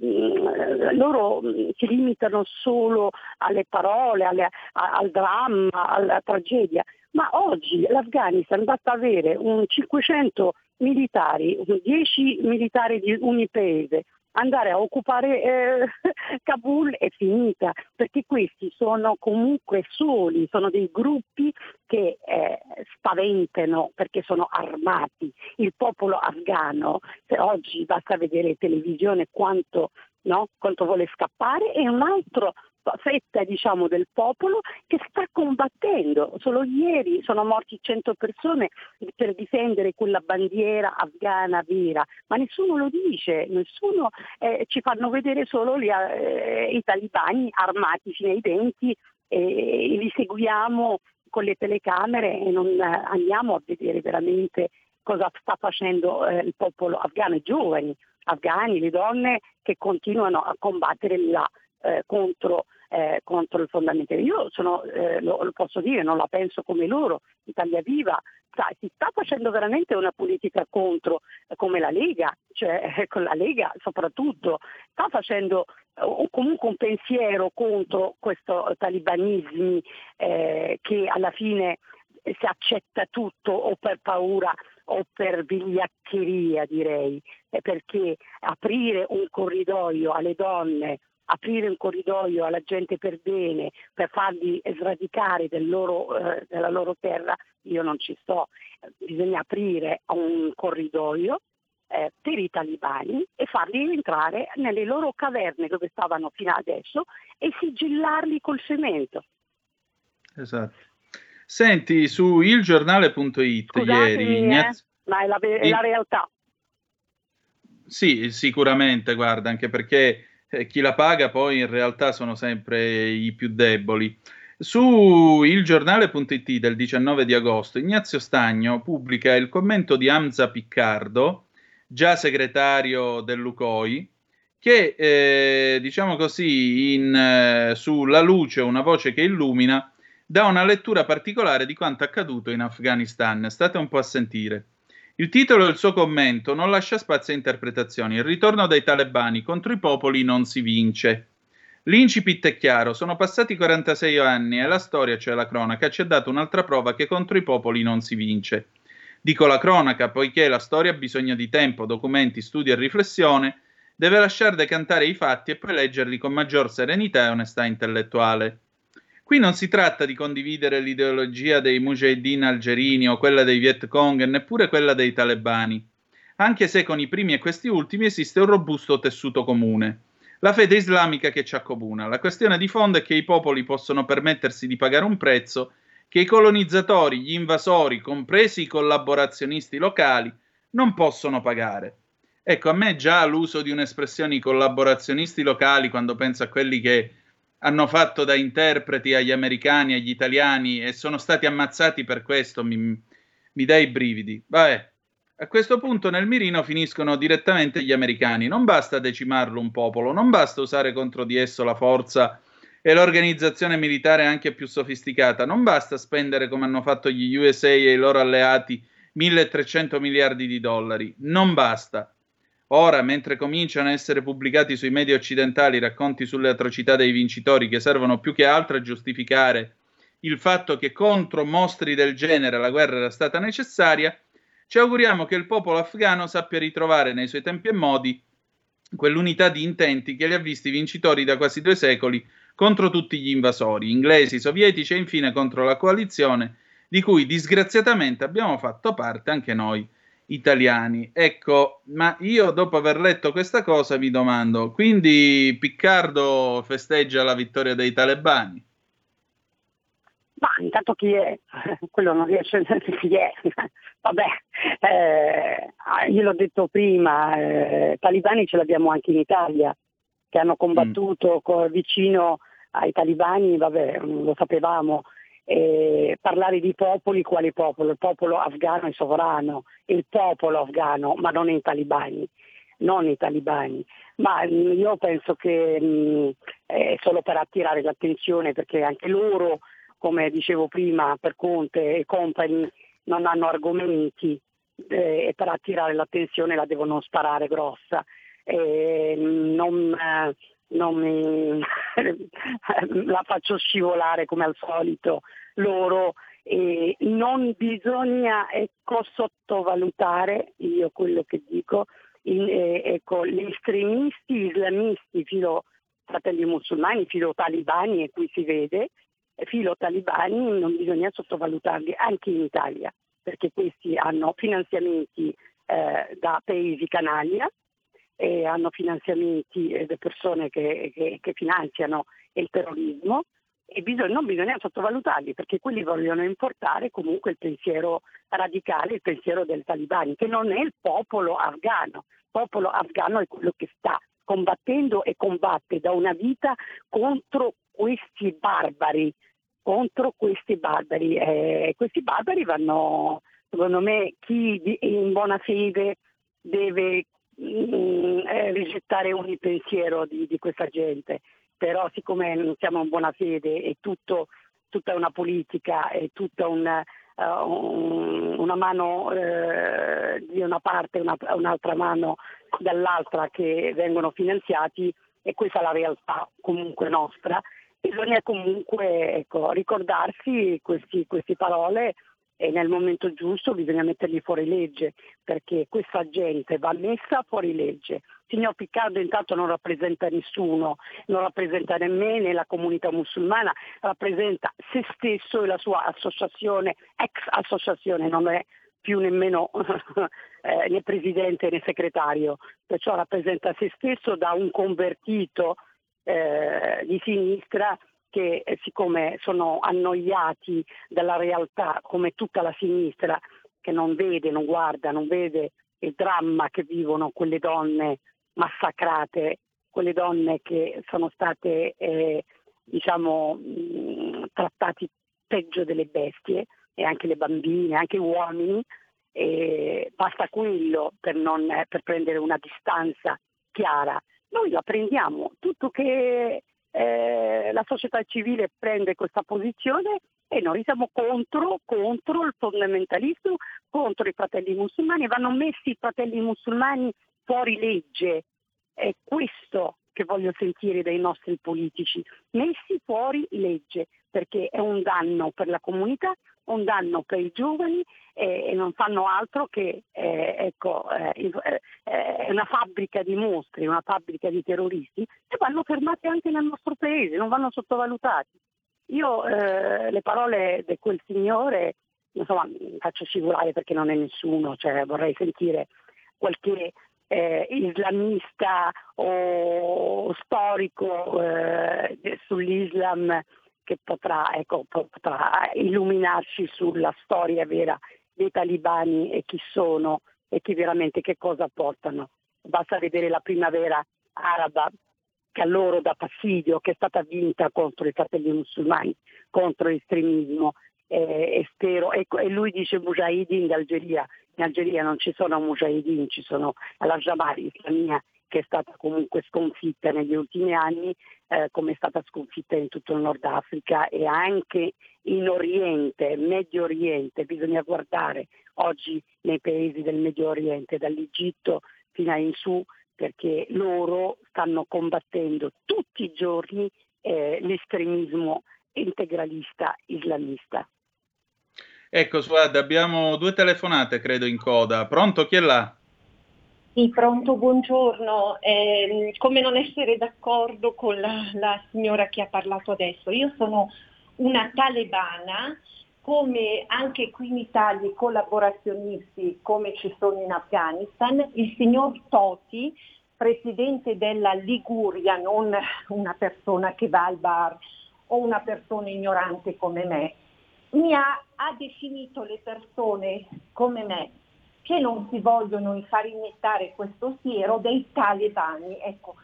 loro si limitano solo alle parole, alle, a, al dramma, alla tragedia, ma oggi l'Afghanistan basta avere un cinquecento militari, dieci militari di ogni paese, andare a occupare eh, Kabul è finita, perché questi sono comunque soli, sono dei gruppi che eh, spaventano perché sono armati. Il popolo afghano, se oggi basta vedere televisione quanto, no, quanto vuole scappare, e un altro fetta diciamo del popolo che sta combattendo. Solo ieri sono morti cento persone per difendere quella bandiera afghana vera, ma nessuno lo dice, nessuno eh, ci fanno vedere solo gli, eh, i talibani armati fino ai denti e, e li seguiamo con le telecamere e non eh, andiamo a vedere veramente cosa sta facendo eh, il popolo afghano, i giovani afghani, le donne che continuano a combattere là eh, contro Eh, contro il fondamentale. Io sono, eh, lo, lo posso dire, non la penso come loro, Italia Viva, sa, si sta facendo veramente una politica contro, eh, come la Lega, cioè eh, con la Lega soprattutto, sta facendo eh, comunque un pensiero contro questo talibanismo eh, che alla fine si accetta tutto o per paura o per vigliaccheria, direi, eh, perché aprire un corridoio alle donne, aprire un corridoio alla gente per bene, per farli sradicare del loro, eh, della loro terra, io non ci sto. Bisogna aprire un corridoio eh, per i talibani e farli entrare nelle loro caverne dove stavano fino adesso e sigillarli col cemento. Esatto. Senti, su il giornale punto it ieri... Ignazio... Eh, ma è la, è la realtà. Sì, sicuramente, guarda, anche perché chi la paga poi in realtà sono sempre i più deboli. Su il giornale punto it del diciannove di agosto Ignazio Stagno pubblica il commento di Hamza Piccardo, già segretario dell'U C O I, che eh, diciamo così in, eh, su La Luce, una voce che illumina, dà una lettura particolare di quanto accaduto in Afghanistan. State un po' a sentire. Il titolo del suo commento non lascia spazio a interpretazioni. Il ritorno dei talebani, contro i popoli non si vince. L'incipit è chiaro, sono passati quarantasei anni e la storia, cioè la cronaca, ci ha dato un'altra prova che contro i popoli non si vince. Dico la cronaca poiché la storia ha bisogno di tempo, documenti, studio e riflessione, deve lasciar decantare i fatti e poi leggerli con maggior serenità e onestà intellettuale. Qui non si tratta di condividere l'ideologia dei mujahideen algerini o quella dei Viet Cong e neppure quella dei talebani, anche se con i primi e questi ultimi esiste un robusto tessuto comune. La fede islamica che ci accomuna. La questione di fondo è che i popoli possono permettersi di pagare un prezzo che i colonizzatori, gli invasori, compresi i collaborazionisti locali, non possono pagare. Ecco, a me già l'uso di un'espressione i collaborazionisti locali, quando penso a quelli che hanno fatto da interpreti agli americani, agli italiani e sono stati ammazzati per questo, mi, mi dà i brividi. Vabbè, a questo punto nel mirino finiscono direttamente gli americani. Non basta decimarlo un popolo, non basta usare contro di esso la forza e l'organizzazione militare anche più sofisticata, non basta spendere come hanno fatto gli U S A e i loro alleati milletrecento miliardi di dollari, non basta. Ora, mentre cominciano a essere pubblicati sui media occidentali racconti sulle atrocità dei vincitori che servono più che altro a giustificare il fatto che contro mostri del genere la guerra era stata necessaria, ci auguriamo che il popolo afghano sappia ritrovare nei suoi tempi e modi quell'unità di intenti che li ha visti vincitori da quasi due secoli contro tutti gli invasori, inglesi, sovietici e infine contro la coalizione di cui disgraziatamente abbiamo fatto parte anche noi italiani. Ecco, ma io dopo aver letto questa cosa mi domando, quindi Piccardo festeggia la vittoria dei talebani? Ma intanto chi è? Quello non riesce a dire chi è. Vabbè, eh, io l'ho detto prima, eh, talibani ce l'abbiamo anche in Italia, che hanno combattuto mm. co- vicino ai talibani, vabbè, lo sapevamo. Eh, parlare di popoli, quale popolo? Il popolo afghano è sovrano, il popolo afghano, ma non i talibani, non i talibani. Ma mh, io penso che mh, è solo per attirare l'attenzione, perché anche loro, come dicevo prima, per Conte e compagni, non hanno argomenti eh, e per attirare l'attenzione la devono sparare grossa. Eh, non, eh, non mi la faccio scivolare come al solito loro, e non bisogna ecco sottovalutare, io quello che dico, in, eh, ecco, gli estremisti islamisti filo fratelli musulmani, filo talibani, e qui si vede, filo talibani non bisogna sottovalutarli anche in Italia, perché questi hanno finanziamenti eh, da paesi canaglia, e hanno finanziamenti eh, da persone che, che, che finanziano il terrorismo, e bisogna, non bisogna sottovalutarli, perché quelli vogliono importare comunque il pensiero radicale, il pensiero del talibani, che non è il popolo afghano. Il popolo afghano è quello che sta combattendo e combatte da una vita contro questi barbari, contro questi barbari. Eh, questi barbari vanno, secondo me, chi in buona fede deve Eh, rigettare ogni pensiero di, di questa gente, però siccome non siamo in buona fede, è tutto, tutta una politica, è tutta una, uh, un, una mano uh, di una parte, una, un'altra mano dall'altra che vengono finanziati, e questa è la realtà comunque nostra. Bisogna comunque ecco, ricordarsi questi, queste parole, e nel momento giusto bisogna metterli fuori legge, perché questa gente va messa fuori legge. Signor Piccardo intanto non rappresenta nessuno, non rappresenta nemmeno né la comunità musulmana, rappresenta se stesso e la sua associazione, ex associazione, non è più nemmeno eh, né presidente né segretario, perciò rappresenta se stesso da un convertito eh, di sinistra, che eh, siccome sono annoiati dalla realtà, come tutta la sinistra, che non vede, non guarda, non vede il dramma che vivono quelle donne massacrate, quelle donne che sono state eh, diciamo mh, trattati peggio delle bestie, e anche le bambine, anche gli uomini, e basta quello per, non, per prendere una distanza chiara. Noi la prendiamo, tutto che Eh, la società civile prende questa posizione, e noi siamo contro, contro il fondamentalismo, contro i fratelli musulmani. Vanno messi i fratelli musulmani fuori legge, è questo che voglio sentire dai nostri politici, messi fuori legge, perché è un danno per la comunità, un danno per i giovani, eh, e non fanno altro che eh, ecco, eh, eh, è una fabbrica di mostri, una fabbrica di terroristi, e vanno fermati anche nel nostro paese, non vanno sottovalutati. Io eh, le parole di quel signore, insomma, faccio scivolare perché non è nessuno, cioè vorrei sentire qualche eh, islamista o storico eh, sull'Islam che potrà, ecco, potrà illuminarci sulla storia vera dei talibani e chi sono e chi veramente che cosa portano. Basta vedere la primavera araba che a loro dà fastidio, che è stata vinta contro i fratelli musulmani, contro l'estremismo. Eh, e, spero, e, e lui dice Mujahideen d'Algeria. In Algeria non ci sono Mujahideen, ci sono la Jamaat Islamia, che è stata comunque sconfitta negli ultimi anni, eh, come è stata sconfitta in tutto il Nord Africa e anche in Oriente, Medio Oriente. Bisogna guardare oggi nei paesi del Medio Oriente, dall'Egitto fino a in su, perché loro stanno combattendo tutti i giorni eh, l'estremismo integralista islamista. Ecco, Suad, abbiamo due telefonate, credo, in coda. Pronto? Chi è là? Sì, pronto, buongiorno. Eh, come non essere d'accordo con la, la signora che ha parlato adesso? Io sono una talebana, come anche qui in Italia i collaborazionisti, come ci sono in Afghanistan. Il signor Toti, presidente della Liguria, non una persona che va al bar o una persona ignorante come me, mi ha, ha definito le persone come me che non si vogliono far iniettare questo siero dei talebani. Ecco,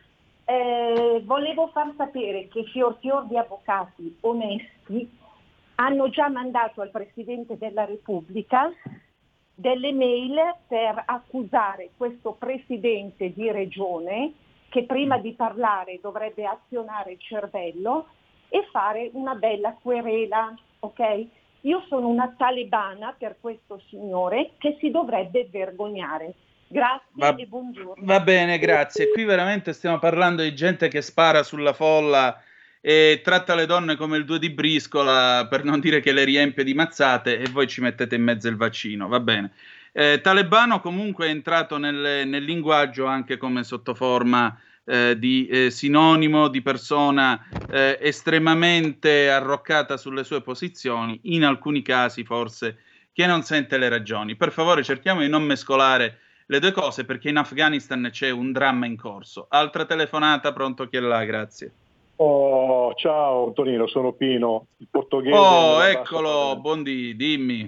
eh, volevo far sapere che fior fior di avvocati onesti hanno già mandato al Presidente della Repubblica delle mail per accusare questo Presidente di Regione, che prima di parlare dovrebbe azionare il cervello e fare una bella querela, ok? Io sono una talebana per questo signore che si dovrebbe vergognare. Grazie va, e buongiorno. Va bene, grazie. Qui veramente stiamo parlando di gente che spara sulla folla e tratta le donne come il due di briscola, per non dire che le riempie di mazzate, e voi ci mettete in mezzo il vaccino. Va bene. Eh, talebano comunque è entrato nel, nel linguaggio anche come sottoforma Eh, di eh, sinonimo di persona eh, estremamente arroccata sulle sue posizioni, in alcuni casi forse che non sente le ragioni. Per favore cerchiamo di non mescolare le due cose, perché in Afghanistan c'è un dramma in corso. Altra telefonata, pronto, chi è là? Grazie. Oh, ciao Antonino, sono Pino, il portoghese. Oh, eccolo, buondì, dimmi.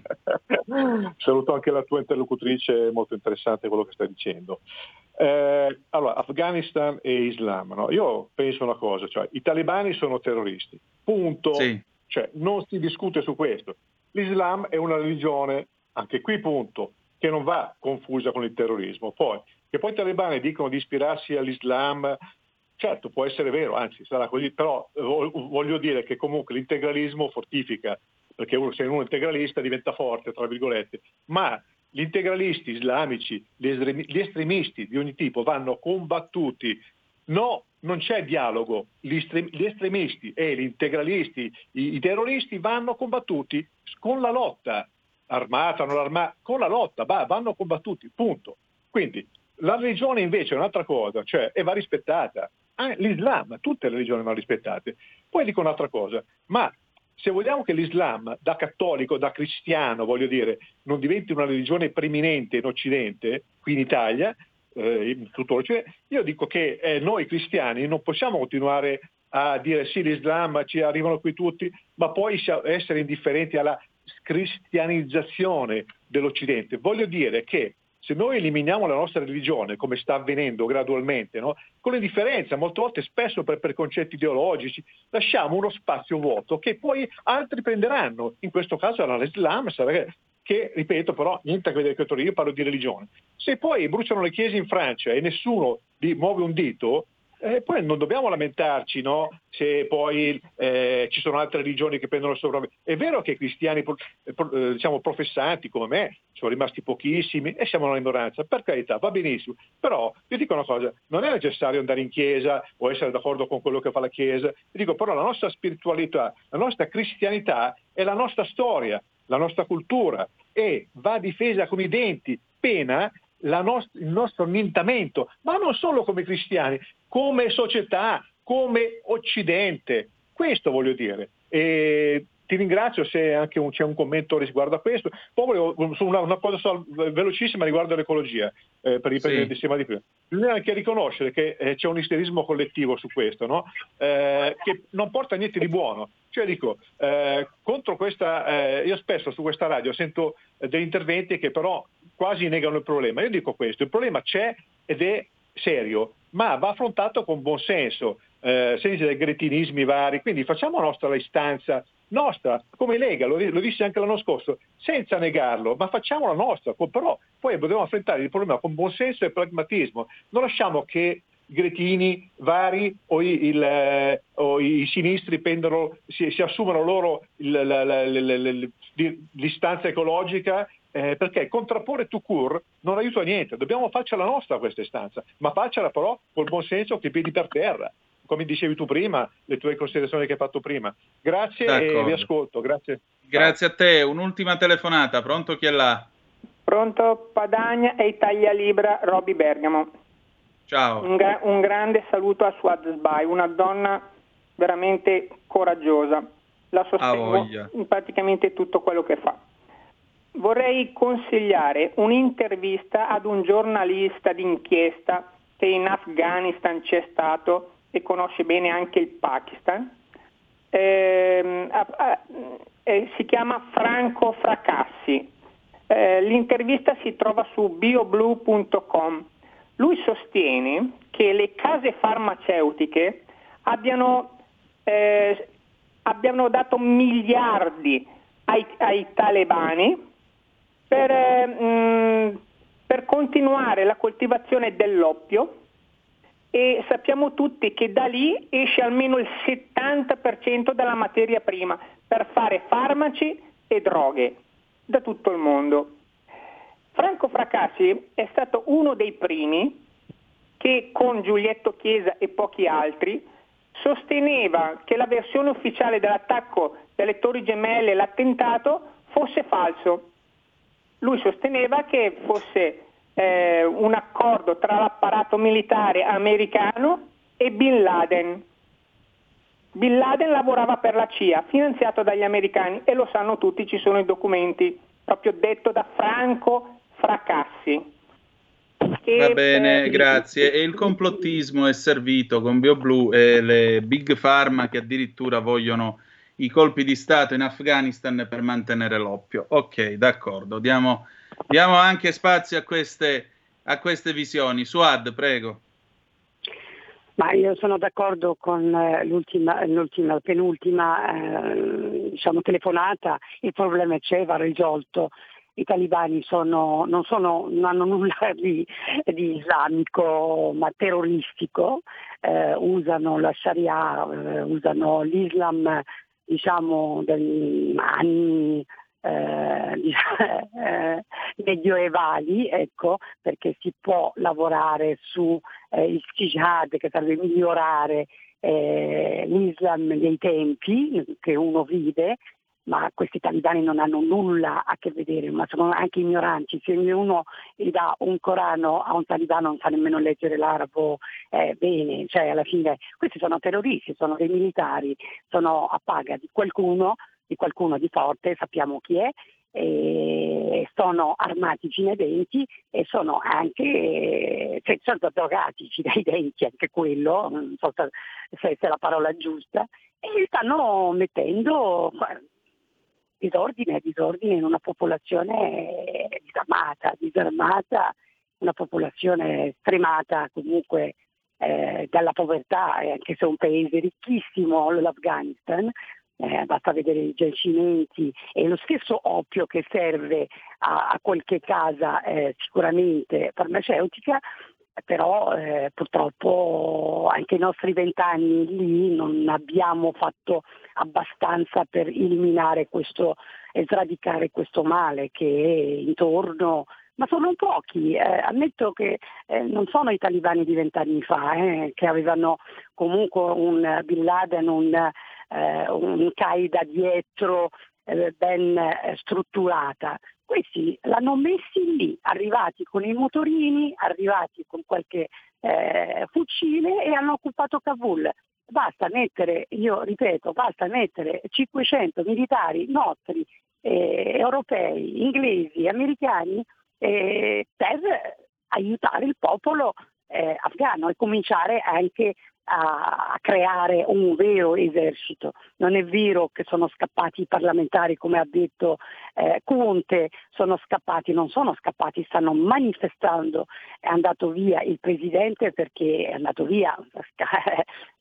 Saluto anche la tua interlocutrice, molto interessante quello che stai dicendo. Eh, allora, Afghanistan e Islam, no? Io penso una cosa, cioè i talebani sono terroristi, punto, sì. Cioè non si discute su questo. L'Islam è una religione, anche qui punto, che non va confusa con il terrorismo. Poi, che poi i talebani dicono di ispirarsi all'Islam, certo può essere vero, anzi sarà così, però voglio dire che comunque l'integralismo fortifica, perché uno, se uno è integralista diventa forte, tra virgolette, ma gli integralisti islamici, gli, estremi, gli estremisti di ogni tipo vanno combattuti. No, non c'è dialogo. Gli, estrem, gli estremisti e gli integralisti, i, i terroristi vanno combattuti con la lotta, armata, non armata, con la lotta, va, vanno combattuti, punto. Quindi la religione invece è un'altra cosa, cioè e va rispettata. Ah, l'Islam, tutte le religioni vanno rispettate. Poi dico un'altra cosa, ma se vogliamo che l'Islam, da cattolico, da cristiano, voglio dire, non diventi una religione preminente in Occidente, qui in Italia, eh, in tutto l'Occidente, io dico che eh, noi cristiani non possiamo continuare a dire sì, l'Islam, ci arrivano qui tutti, ma poi essere indifferenti alla cristianizzazione dell'Occidente. Voglio dire che se noi eliminiamo la nostra religione, come sta avvenendo gradualmente, no? Con indifferenza, molte volte spesso per, per concetti ideologici, lasciamo uno spazio vuoto che poi altri prenderanno. In questo caso era l'Islam, che, ripeto, però niente a che vedere con io parlo di religione. Se poi bruciano le chiese in Francia e nessuno di, muove un dito, eh, poi non dobbiamo lamentarci, no? Se poi eh, ci sono altre religioni che prendono il sopravvento. È vero che i cristiani eh, diciamo professanti come me sono rimasti pochissimi e siamo una minoranza, per carità, va benissimo, però io dico una cosa, non è necessario andare in chiesa o essere d'accordo con quello che fa la chiesa, io dico però la nostra spiritualità, la nostra cristianità è la nostra storia, la nostra cultura e va difesa con i denti, pena la nost- il nostro annientamento, ma non solo come cristiani, come società, come Occidente. Questo voglio dire. E ti ringrazio se anche un, c'è un commento riguardo a questo. Poi volevo una, una cosa so, velocissima riguardo all'ecologia, eh, per riprendere sì. il tema di prima. Bisogna anche riconoscere che eh, c'è un isterismo collettivo su questo, no? eh, che non porta niente di buono. Cioè dico, eh, contro questa, eh, io spesso su questa radio sento eh, degli interventi che però quasi negano il problema. Io dico questo, il problema c'è ed è serio, ma va affrontato con buon senso. eh, senza dei gretinismi vari, quindi facciamo nostra l'istanza nostra, come Lega, lo, lo disse anche l'anno scorso, senza negarlo, ma facciamo la nostra, però poi dobbiamo affrontare il problema con buonsenso e pragmatismo, non lasciamo che i gretini vari o i, il, eh, o i sinistri prendono, si, si assumano loro il, la, la, la, la, la, l'istanza ecologica, eh, perché contrapporre tout court non aiuta a niente, dobbiamo farcela nostra questa istanza, ma farcela però col buonsenso che i piedi per terra, come dicevi tu prima, le tue considerazioni che hai fatto prima. Grazie. D'accordo. E vi ascolto, grazie. Grazie Ciao. A te, un'ultima telefonata, pronto, chi è là? Pronto, Padagna e Italia Libra, Roby Bergamo. Ciao. Un, gra- un grande saluto a Suad Sbai, una donna veramente coraggiosa, la sostengo in praticamente tutto quello che fa. Vorrei consigliare un'intervista ad un giornalista d'inchiesta che in Afghanistan c'è stato e conosce bene anche il Pakistan, eh, eh, si chiama Franco Fracassi, eh, l'intervista si trova su bioblue punto com. Lui sostiene che le case farmaceutiche abbiano, eh, abbiano dato miliardi ai, ai talebani per, eh, mh, per continuare la coltivazione dell'oppio, e sappiamo tutti che da lì esce almeno il settanta per cento della materia prima per fare farmaci e droghe da tutto il mondo. Franco Fracassi è stato uno dei primi che con Giulietto Chiesa e pochi altri sosteneva che la versione ufficiale dell'attacco delle Torri Gemelle, l'attentato, fosse falso. Lui sosteneva che fosse eh, un accordo tra l'apparato militare americano e Bin Laden. Bin Laden lavorava per la C I A, finanziato dagli americani, e lo sanno tutti, ci sono i documenti, proprio detto da Franco Fracassi. Che, Va bene, eh, grazie. E il complottismo è servito con BioBlue e le Big Pharma che addirittura vogliono i colpi di Stato in Afghanistan per mantenere l'oppio. Ok, d'accordo. Diamo, diamo anche spazio a queste, a queste visioni. Suad, prego. Ma io sono d'accordo con eh, l'ultima, l'ultima, penultima eh, diciamo, telefonata. Il problema c'è, va risolto. I talibani sono, non, sono, non hanno nulla di, di islamico ma terroristico, eh, usano la Sharia, eh, usano l'Islam diciamo degli anni eh, eh, medioevali, ecco, perché si può lavorare su eh, il jihad, che serve a migliorare eh, l'Islam dei tempi che uno vive. Ma questi talibani non hanno nulla a che vedere, ma sono anche ignoranti. Se uno gli dà un Corano a un talibano non sa nemmeno leggere l'arabo eh, bene, cioè alla fine questi sono terroristi, sono dei militari, sono a paga di qualcuno, di qualcuno di forte, sappiamo chi è, e sono armati fino ai denti e sono anche, cioè, sono drogati fino ai denti, anche quello, non so se, se è la parola giusta, e stanno mettendo disordine, disordine in una popolazione disarmata, disarmata, una popolazione stremata comunque eh, dalla povertà, e anche se è un paese ricchissimo l'Afghanistan, eh, basta vedere i giacimenti e lo stesso oppio che serve a, a qualche casa eh, sicuramente farmaceutica, però eh, purtroppo anche i nostri vent'anni lì non abbiamo fatto abbastanza per eliminare questo e sradicare questo male che è intorno, ma sono pochi, eh, ammetto che eh, non sono i talibani di vent'anni fa eh, che avevano comunque un Bin Laden, un, eh, un Qaeda dietro eh, ben eh, strutturata. Questi l'hanno messi lì, arrivati con i motorini, arrivati con qualche eh, fucile, e hanno occupato Kabul. Basta mettere, io ripeto, basta mettere cinquecento militari nostri, eh, europei, inglesi, americani eh, per aiutare il popolo eh, afghano e cominciare anche a creare un vero esercito. Non è vero che sono scappati i parlamentari, come ha detto eh, Conte, sono scappati, non sono scappati, stanno manifestando. È andato via il presidente perché è andato via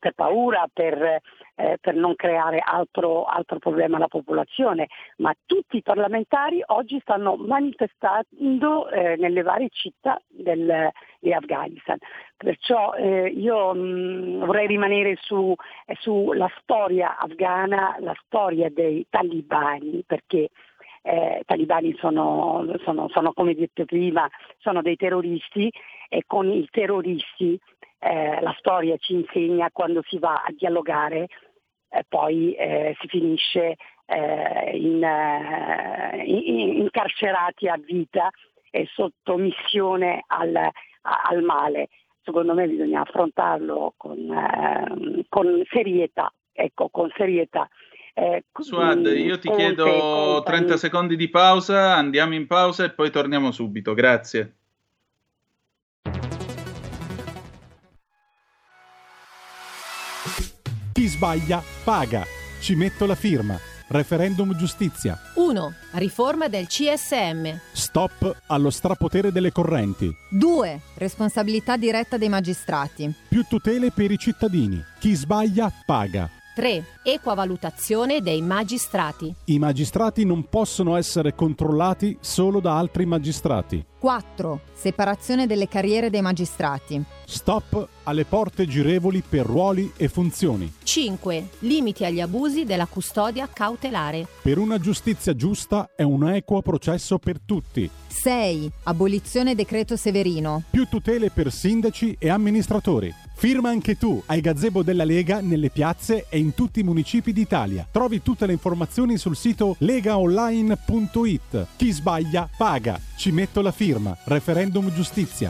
per paura, per, eh, per non creare altro, altro problema alla popolazione, ma tutti i parlamentari oggi stanno manifestando eh, nelle varie città del, di Afghanistan. Perciò eh, io mh, vorrei rimanere su, eh, sulla storia afghana, la storia dei talibani, perché eh, i talibani sono, sono, sono, come detto prima, sono dei terroristi, e con i terroristi eh, la storia ci insegna, quando si va a dialogare eh, poi eh, si finisce eh, in, eh, in, incarcerati a vita e sottomissione al, al male. Secondo me bisogna affrontarlo con, eh, con serietà, ecco, con serietà. Eh, Suad, io ti chiedo trenta secondi di pausa, andiamo in pausa e poi torniamo subito, grazie. Chi sbaglia paga. Ci metto la firma. Referendum giustizia. uno. Riforma del C S M. Stop allo strapotere delle correnti. due. Responsabilità diretta dei magistrati. Più tutele per i cittadini. Chi sbaglia paga. tre. Equa valutazione dei magistrati. I magistrati non possono essere controllati solo da altri magistrati. quattro. Separazione delle carriere dei magistrati. Stop alle porte girevoli per ruoli e funzioni. cinque. Limiti agli abusi della custodia cautelare. Per una giustizia giusta e un equo processo per tutti. sei. Abolizione decreto Severino. Più tutele per sindaci e amministratori. Firma anche tu ai gazebo della Lega nelle piazze e in tutti i municipi d'Italia. Trovi tutte le informazioni sul sito legaonline punto it. Chi sbaglia paga. Ci metto la firma. Referendum giustizia.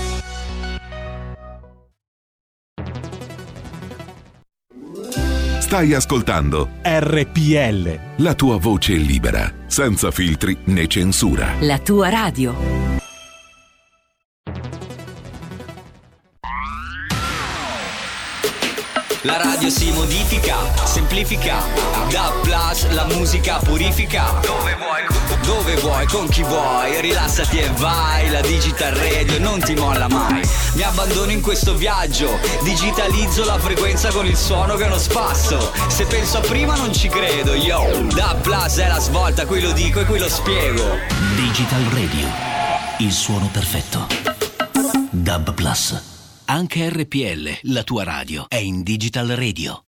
Stai ascoltando R P L. La tua voce libera, senza filtri né censura. La tua radio. La radio si modifica, semplifica, da plus la musica purifica. Dove vuoi, dove vuoi, con chi vuoi, rilassati e vai. La Digital Radio non ti molla mai. Mi abbandono in questo viaggio, digitalizzo la frequenza con il suono che è uno spasso. Se penso a prima non ci credo, yo. Da plus è la svolta, qui lo dico e qui lo spiego. Digital Radio, il suono perfetto. Dub Plus. Anche R P L, la tua radio, è in Digital Radio.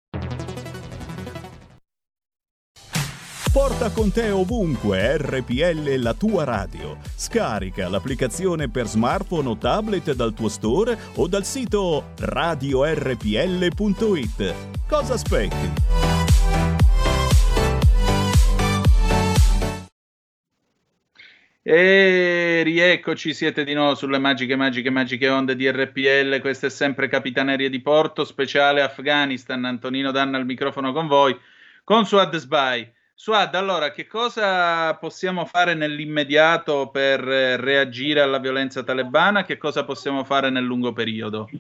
Porta con te ovunque R P L, la tua radio. Scarica l'applicazione per smartphone o tablet dal tuo store o dal sito radio R P L punto it. Cosa aspetti? E rieccoci, siete di nuovo sulle magiche, magiche, magiche onde di R P L. Questa è sempre Capitaneria di Porto, speciale Afghanistan. Antonino Danna al microfono con voi, con Suad Sbai. Suad, allora, che cosa possiamo fare nell'immediato per reagire alla violenza talebana? Che cosa possiamo fare nel lungo periodo?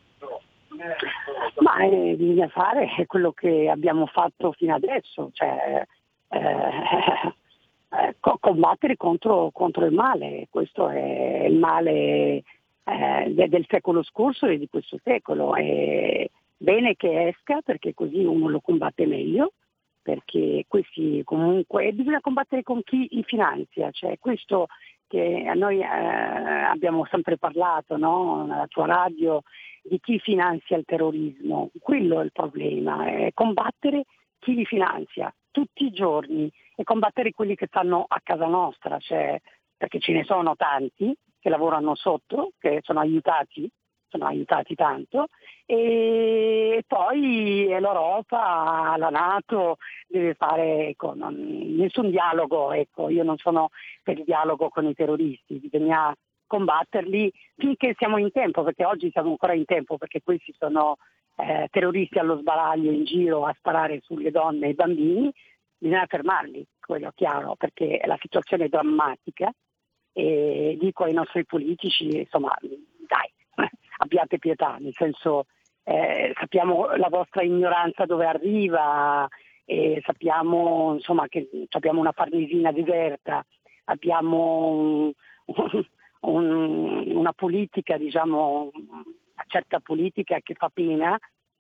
Ma eh, bisogna fare quello che abbiamo fatto fino adesso, cioè eh, Eh, combattere contro, contro il male. Questo è il male eh, del secolo scorso e di questo secolo. È bene che esca, perché così uno lo combatte meglio, perché questi comunque bisogna combattere con chi li finanzia, cioè questo che a noi eh, abbiamo sempre parlato, no? Nella tua radio, di chi finanzia il terrorismo. Quello è il problema, è combattere chi li finanzia tutti i giorni e combattere quelli che stanno a casa nostra, cioè, perché ce ne sono tanti che lavorano sotto, che sono aiutati, sono aiutati tanto, e poi l'Europa, la NATO deve fare, ecco, non, nessun dialogo, ecco, io non sono per il dialogo con i terroristi, bisogna combatterli finché siamo in tempo, perché oggi siamo ancora in tempo, perché questi sono eh, terroristi allo sbaraglio in giro a sparare sulle donne e i bambini. Bisogna fermarli, quello è chiaro, perché la situazione è drammatica e dico ai nostri politici, insomma, dai, abbiate pietà, nel senso eh, sappiamo la vostra ignoranza dove arriva, e sappiamo insomma che abbiamo una Farnesina deserta, abbiamo un, un, una politica, diciamo, una certa politica che fa pena,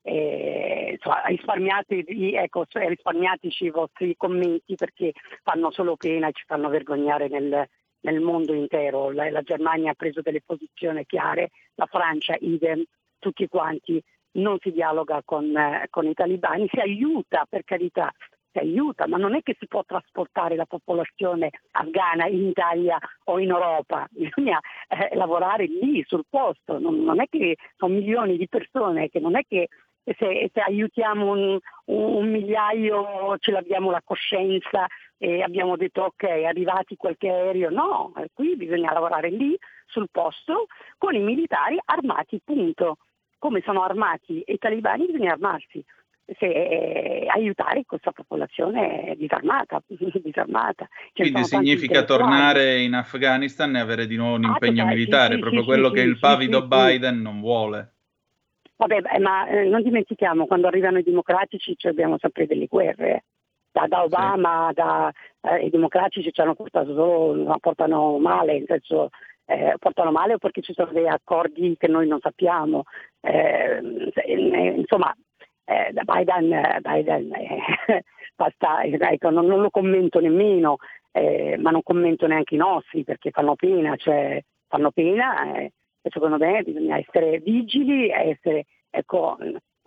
eh, insomma, risparmiatevi, ecco, risparmiateci i vostri commenti, perché fanno solo pena e ci fanno vergognare nel, nel mondo intero. La, la Germania ha preso delle posizioni chiare, la Francia idem, tutti quanti. Non si dialoga con, eh, con i talebani, si aiuta, per carità, si aiuta, ma non è che si può trasportare la popolazione afghana in Italia o in Europa, bisogna eh, lavorare lì sul posto, non, non è che sono milioni di persone, che non è che se, se aiutiamo un, un migliaio ce l'abbiamo la coscienza e abbiamo detto ok, arrivati qualche aereo, no, qui bisogna lavorare lì sul posto con i militari armati, punto. Come sono armati i talebani bisogna armarsi, se, eh, aiutare questa popolazione disarmata. disarmata. Quindi significa tornare in Afghanistan e avere di nuovo un impegno ah, militare, sì, proprio sì, quello sì, che sì, il pavido sì, Biden sì. non vuole. Vabbè, ma eh, non dimentichiamo, quando arrivano i democratici cioè, abbiamo sempre delle guerre. Da, da Obama, sì. da, eh, i democratici ci hanno portato solo, portano male, nel senso... Eh, portano male o perché ci sono dei accordi che noi non sappiamo. Eh, insomma, eh, da Biden, Biden eh, basta, ecco, non, non lo commento nemmeno, eh, ma non commento neanche i nostri perché fanno pena, cioè fanno pena eh, e secondo me bisogna essere vigili, essere, ecco,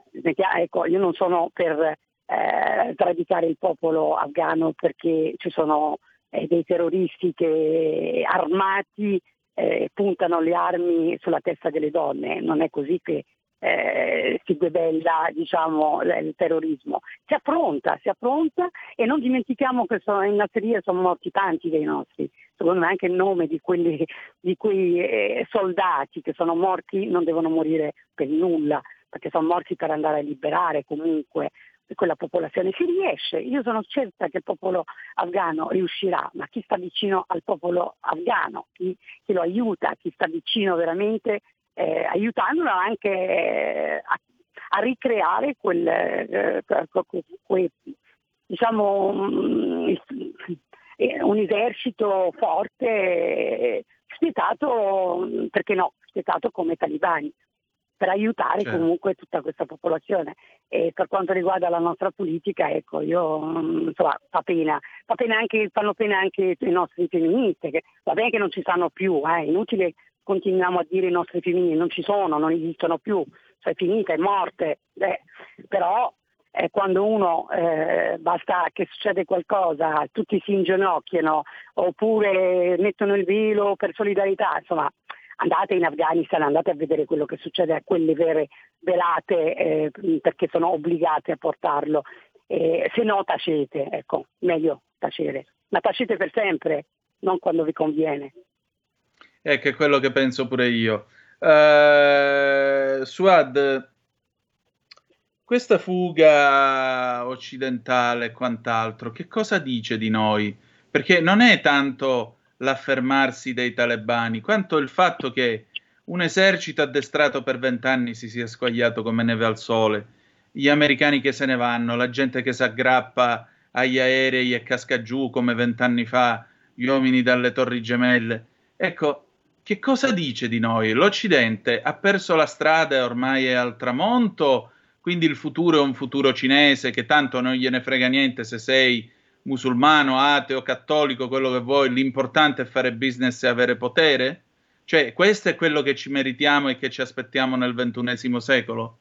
ecco io non sono per eh, sradicare il popolo afghano perché ci sono eh, dei terroristi che armati Eh, puntano le armi sulla testa delle donne, non è così che eh, si debella, diciamo, il terrorismo. Si affronta, si affronta e non dimentichiamo che sono, in Nasiriyah sono morti tanti dei nostri, secondo me anche il nome di quelli, di quei eh, soldati che sono morti non devono morire per nulla, perché sono morti per andare a liberare comunque quella popolazione. Si riesce, io sono certa che il popolo afghano riuscirà, ma chi sta vicino al popolo afghano, chi, chi lo aiuta, chi sta vicino veramente eh, aiutandolo anche eh, a, a ricreare quel, eh, quel diciamo un, un esercito forte, eh, spietato, perché no, spietato come i talebani, per aiutare certo. comunque tutta questa popolazione. E per quanto riguarda la nostra politica, ecco, io insomma fa pena, fa pena anche, fanno pena anche i nostri femministi, che va bene che non ci stanno più, è eh, inutile continuiamo a dire i nostri femministi, non ci sono, non esistono più, cioè è finita, è morte, eh, però eh, quando uno eh, basta che succede qualcosa, tutti si inginocchiano oppure mettono il velo per solidarietà, insomma. Andate in Afghanistan, andate a vedere quello che succede a quelle vere velate eh, perché sono obbligate a portarlo. Eh, se no tacete, ecco, meglio tacere. Ma tacete per sempre, non quando vi conviene. È che è quello che penso pure io. Uh, Suad, questa fuga occidentale e quant'altro, che cosa dice di noi? Perché non è tanto l'affermarsi dei talebani, quanto il fatto che un esercito addestrato per vent'anni si sia squagliato come neve al sole, gli americani che se ne vanno, la gente che si aggrappa agli aerei e casca giù come vent'anni fa, gli uomini dalle Torri Gemelle. Ecco, che cosa dice di noi? L'Occidente ha perso la strada e ormai è al tramonto, quindi il futuro è un futuro cinese che tanto non gliene frega niente se sei musulmano, ateo, cattolico, quello che vuoi, l'importante è fare business e avere potere? Cioè, questo è quello che ci meritiamo e che ci aspettiamo nel ventunesimo secolo?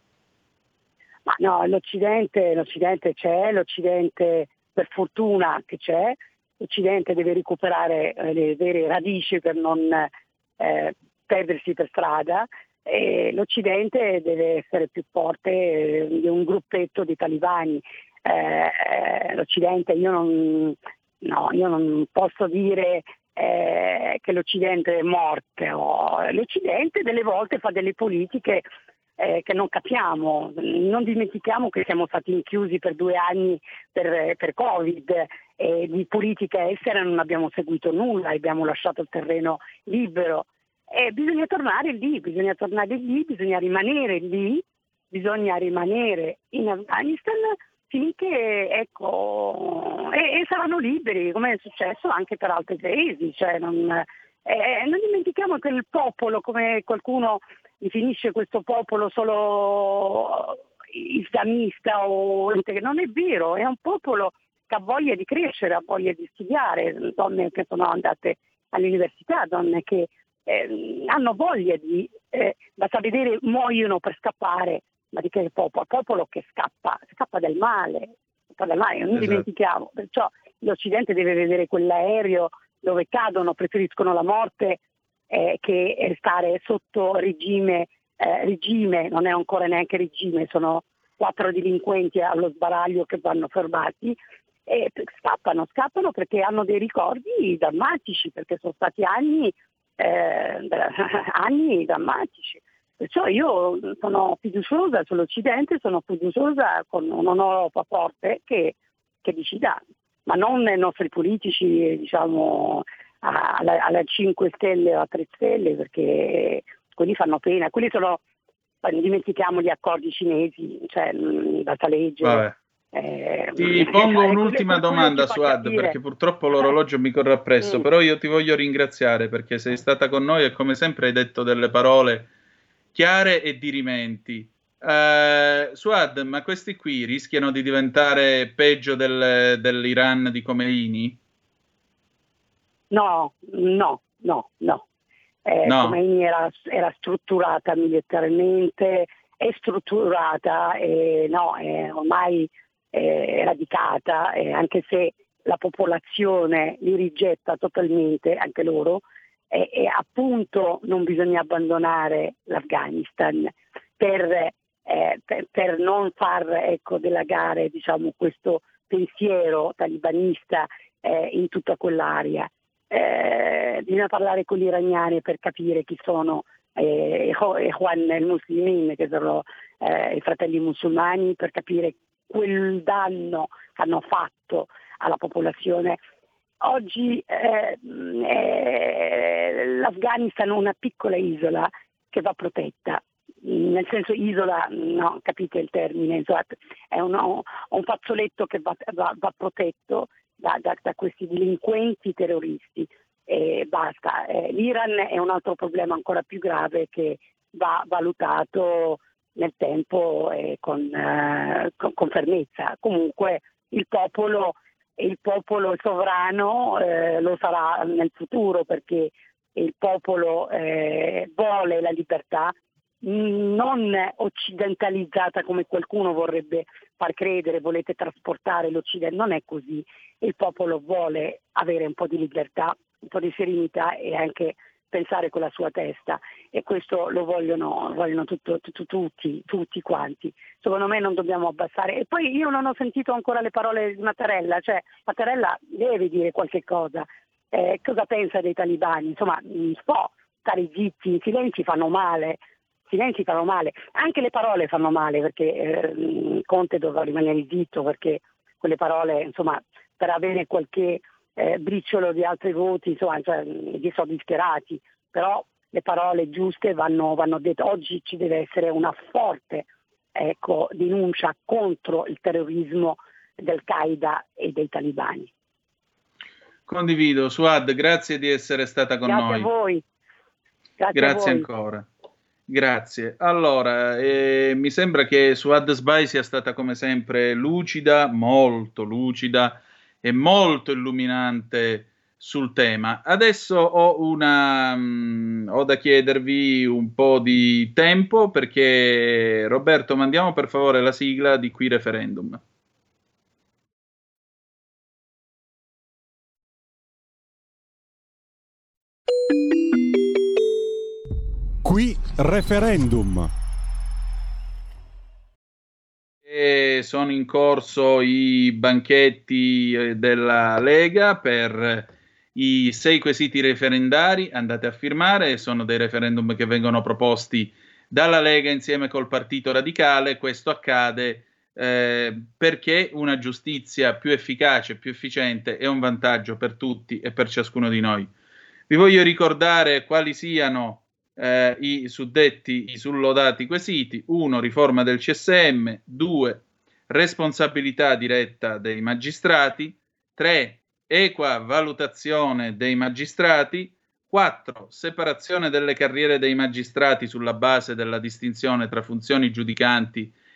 Ma no, l'Occidente, l'Occidente c'è, l'Occidente per fortuna che c'è, l'Occidente deve recuperare eh, le vere radici per non eh, perdersi per strada, e l'Occidente deve essere più forte eh, di un gruppetto di talebani. Eh, L'Occidente, io non, no, io non posso dire eh, che l'Occidente è morte, o, l'Occidente delle volte fa delle politiche eh, che non capiamo, non dimentichiamo che siamo stati chiusi per due anni per, per Covid e di politica estera non abbiamo seguito nulla, abbiamo lasciato il terreno libero e bisogna tornare lì, bisogna tornare lì, bisogna rimanere lì, bisogna rimanere in Afghanistan finché ecco e, e saranno liberi come è successo anche per altri paesi, cioè non, eh, non dimentichiamo che il popolo, come qualcuno definisce questo popolo solo islamista o non è vero, è un popolo che ha voglia di crescere, ha voglia di studiare, donne che sono andate all'università, donne che eh, hanno voglia di, eh, basta vedere, muoiono per scappare, ma di che popolo? Il popolo che scappa, scappa del male, scappa del male, non esatto. dimentichiamo, perciò l'Occidente deve vedere quell'aereo dove cadono, preferiscono la morte eh, che stare sotto regime, eh, regime, non è ancora neanche regime, sono quattro delinquenti allo sbaraglio che vanno fermati e scappano, scappano perché hanno dei ricordi drammatici, perché sono stati anni, eh, anni drammatici. Perciò io sono fiduciosa sull'Occidente, sono fiduciosa con un'Europa forte che, che decida, ma non nei nostri politici, diciamo, alla, alla cinque stelle o a tre stelle, perché quelli fanno pena. Quelli sono, non dimentichiamo gli accordi cinesi, cioè basta leggere. Eh, ti pongo eh, un'ultima domanda, Suad, capire. Perché purtroppo l'orologio mi corre appresso, mm. però io ti voglio ringraziare perché sei stata con noi e come sempre hai detto delle parole chiare e dirimenti. Uh, Suad, ma questi qui rischiano di diventare peggio del, dell'Iran di Khomeini? No, no, no, no. Eh, no. Khomeini era, era strutturata militarmente, è strutturata, e no, è ormai è radicata, e anche se la popolazione li rigetta totalmente, anche loro, e, e appunto non bisogna abbandonare l'Afghanistan per, eh, per, per non far ecco, dilagare diciamo, questo pensiero talibanista eh, in tutta quell'area. Eh, bisogna parlare con gli iraniani per capire chi sono eh, Ikhwan al-Muslimin, che sono eh, i fratelli musulmani, per capire quel danno che hanno fatto alla popolazione. Oggi eh, eh, l'Afghanistan è una piccola isola che va protetta, nel senso isola, no, capite il termine, è un, un fazzoletto che va, va, va protetto da, da, da questi delinquenti terroristi e basta. Eh, L'Iran è un altro problema ancora più grave che va valutato nel tempo e con, eh, con, con fermezza. Comunque il popolo il popolo sovrano eh, lo sarà nel futuro, perché il popolo eh, vuole la libertà, non occidentalizzata come qualcuno vorrebbe far credere, volete trasportare l'Occidente, non è così. Il popolo vuole avere un po' di libertà, un po' di serenità e anche pensare con la sua testa, e questo lo vogliono, vogliono tutto, tutto, tutti, tutti quanti. Secondo me non dobbiamo abbassare. E poi io non ho sentito ancora le parole di Mattarella, cioè Mattarella deve dire qualche cosa. Eh, cosa pensa dei talibani? Insomma, non si può stare zitti, i silenzi fanno male, i silenzi fanno male, anche le parole fanno male, perché eh, Conte dovrà rimanere zitto, perché quelle parole, insomma, per avere qualche Eh, briciolo di altri voti, insomma, cioè, gli sono disperati, però le parole giuste vanno, vanno dette. Oggi ci deve essere una forte ecco, denuncia contro il terrorismo del Qaeda e dei talibani. Condivido. Suad, grazie di essere stata con grazie noi. A voi. Grazie, grazie a voi. ancora. Grazie. Allora, eh, mi sembra che Suad Sbai sia stata come sempre lucida, molto lucida, è molto illuminante sul tema. Adesso ho una mh, ho da chiedervi un po' di tempo, perché Roberto, mandiamo per favore la sigla di Qui Referendum. Qui Referendum. E sono in corso i banchetti della Lega per i sei quesiti referendari. Andate a firmare, sono dei referendum che vengono proposti dalla Lega insieme col Partito Radicale. Questo accade eh, perché una giustizia più efficace, più efficiente è un vantaggio per tutti e per ciascuno di noi. Vi voglio ricordare quali siano Eh, i suddetti, i sullodati quesiti. Uno, riforma del C S M. Due, responsabilità diretta dei magistrati. Tre, equa valutazione dei magistrati. Quattro, separazione delle carriere dei magistrati sulla base della distinzione tra funzioni giudicanti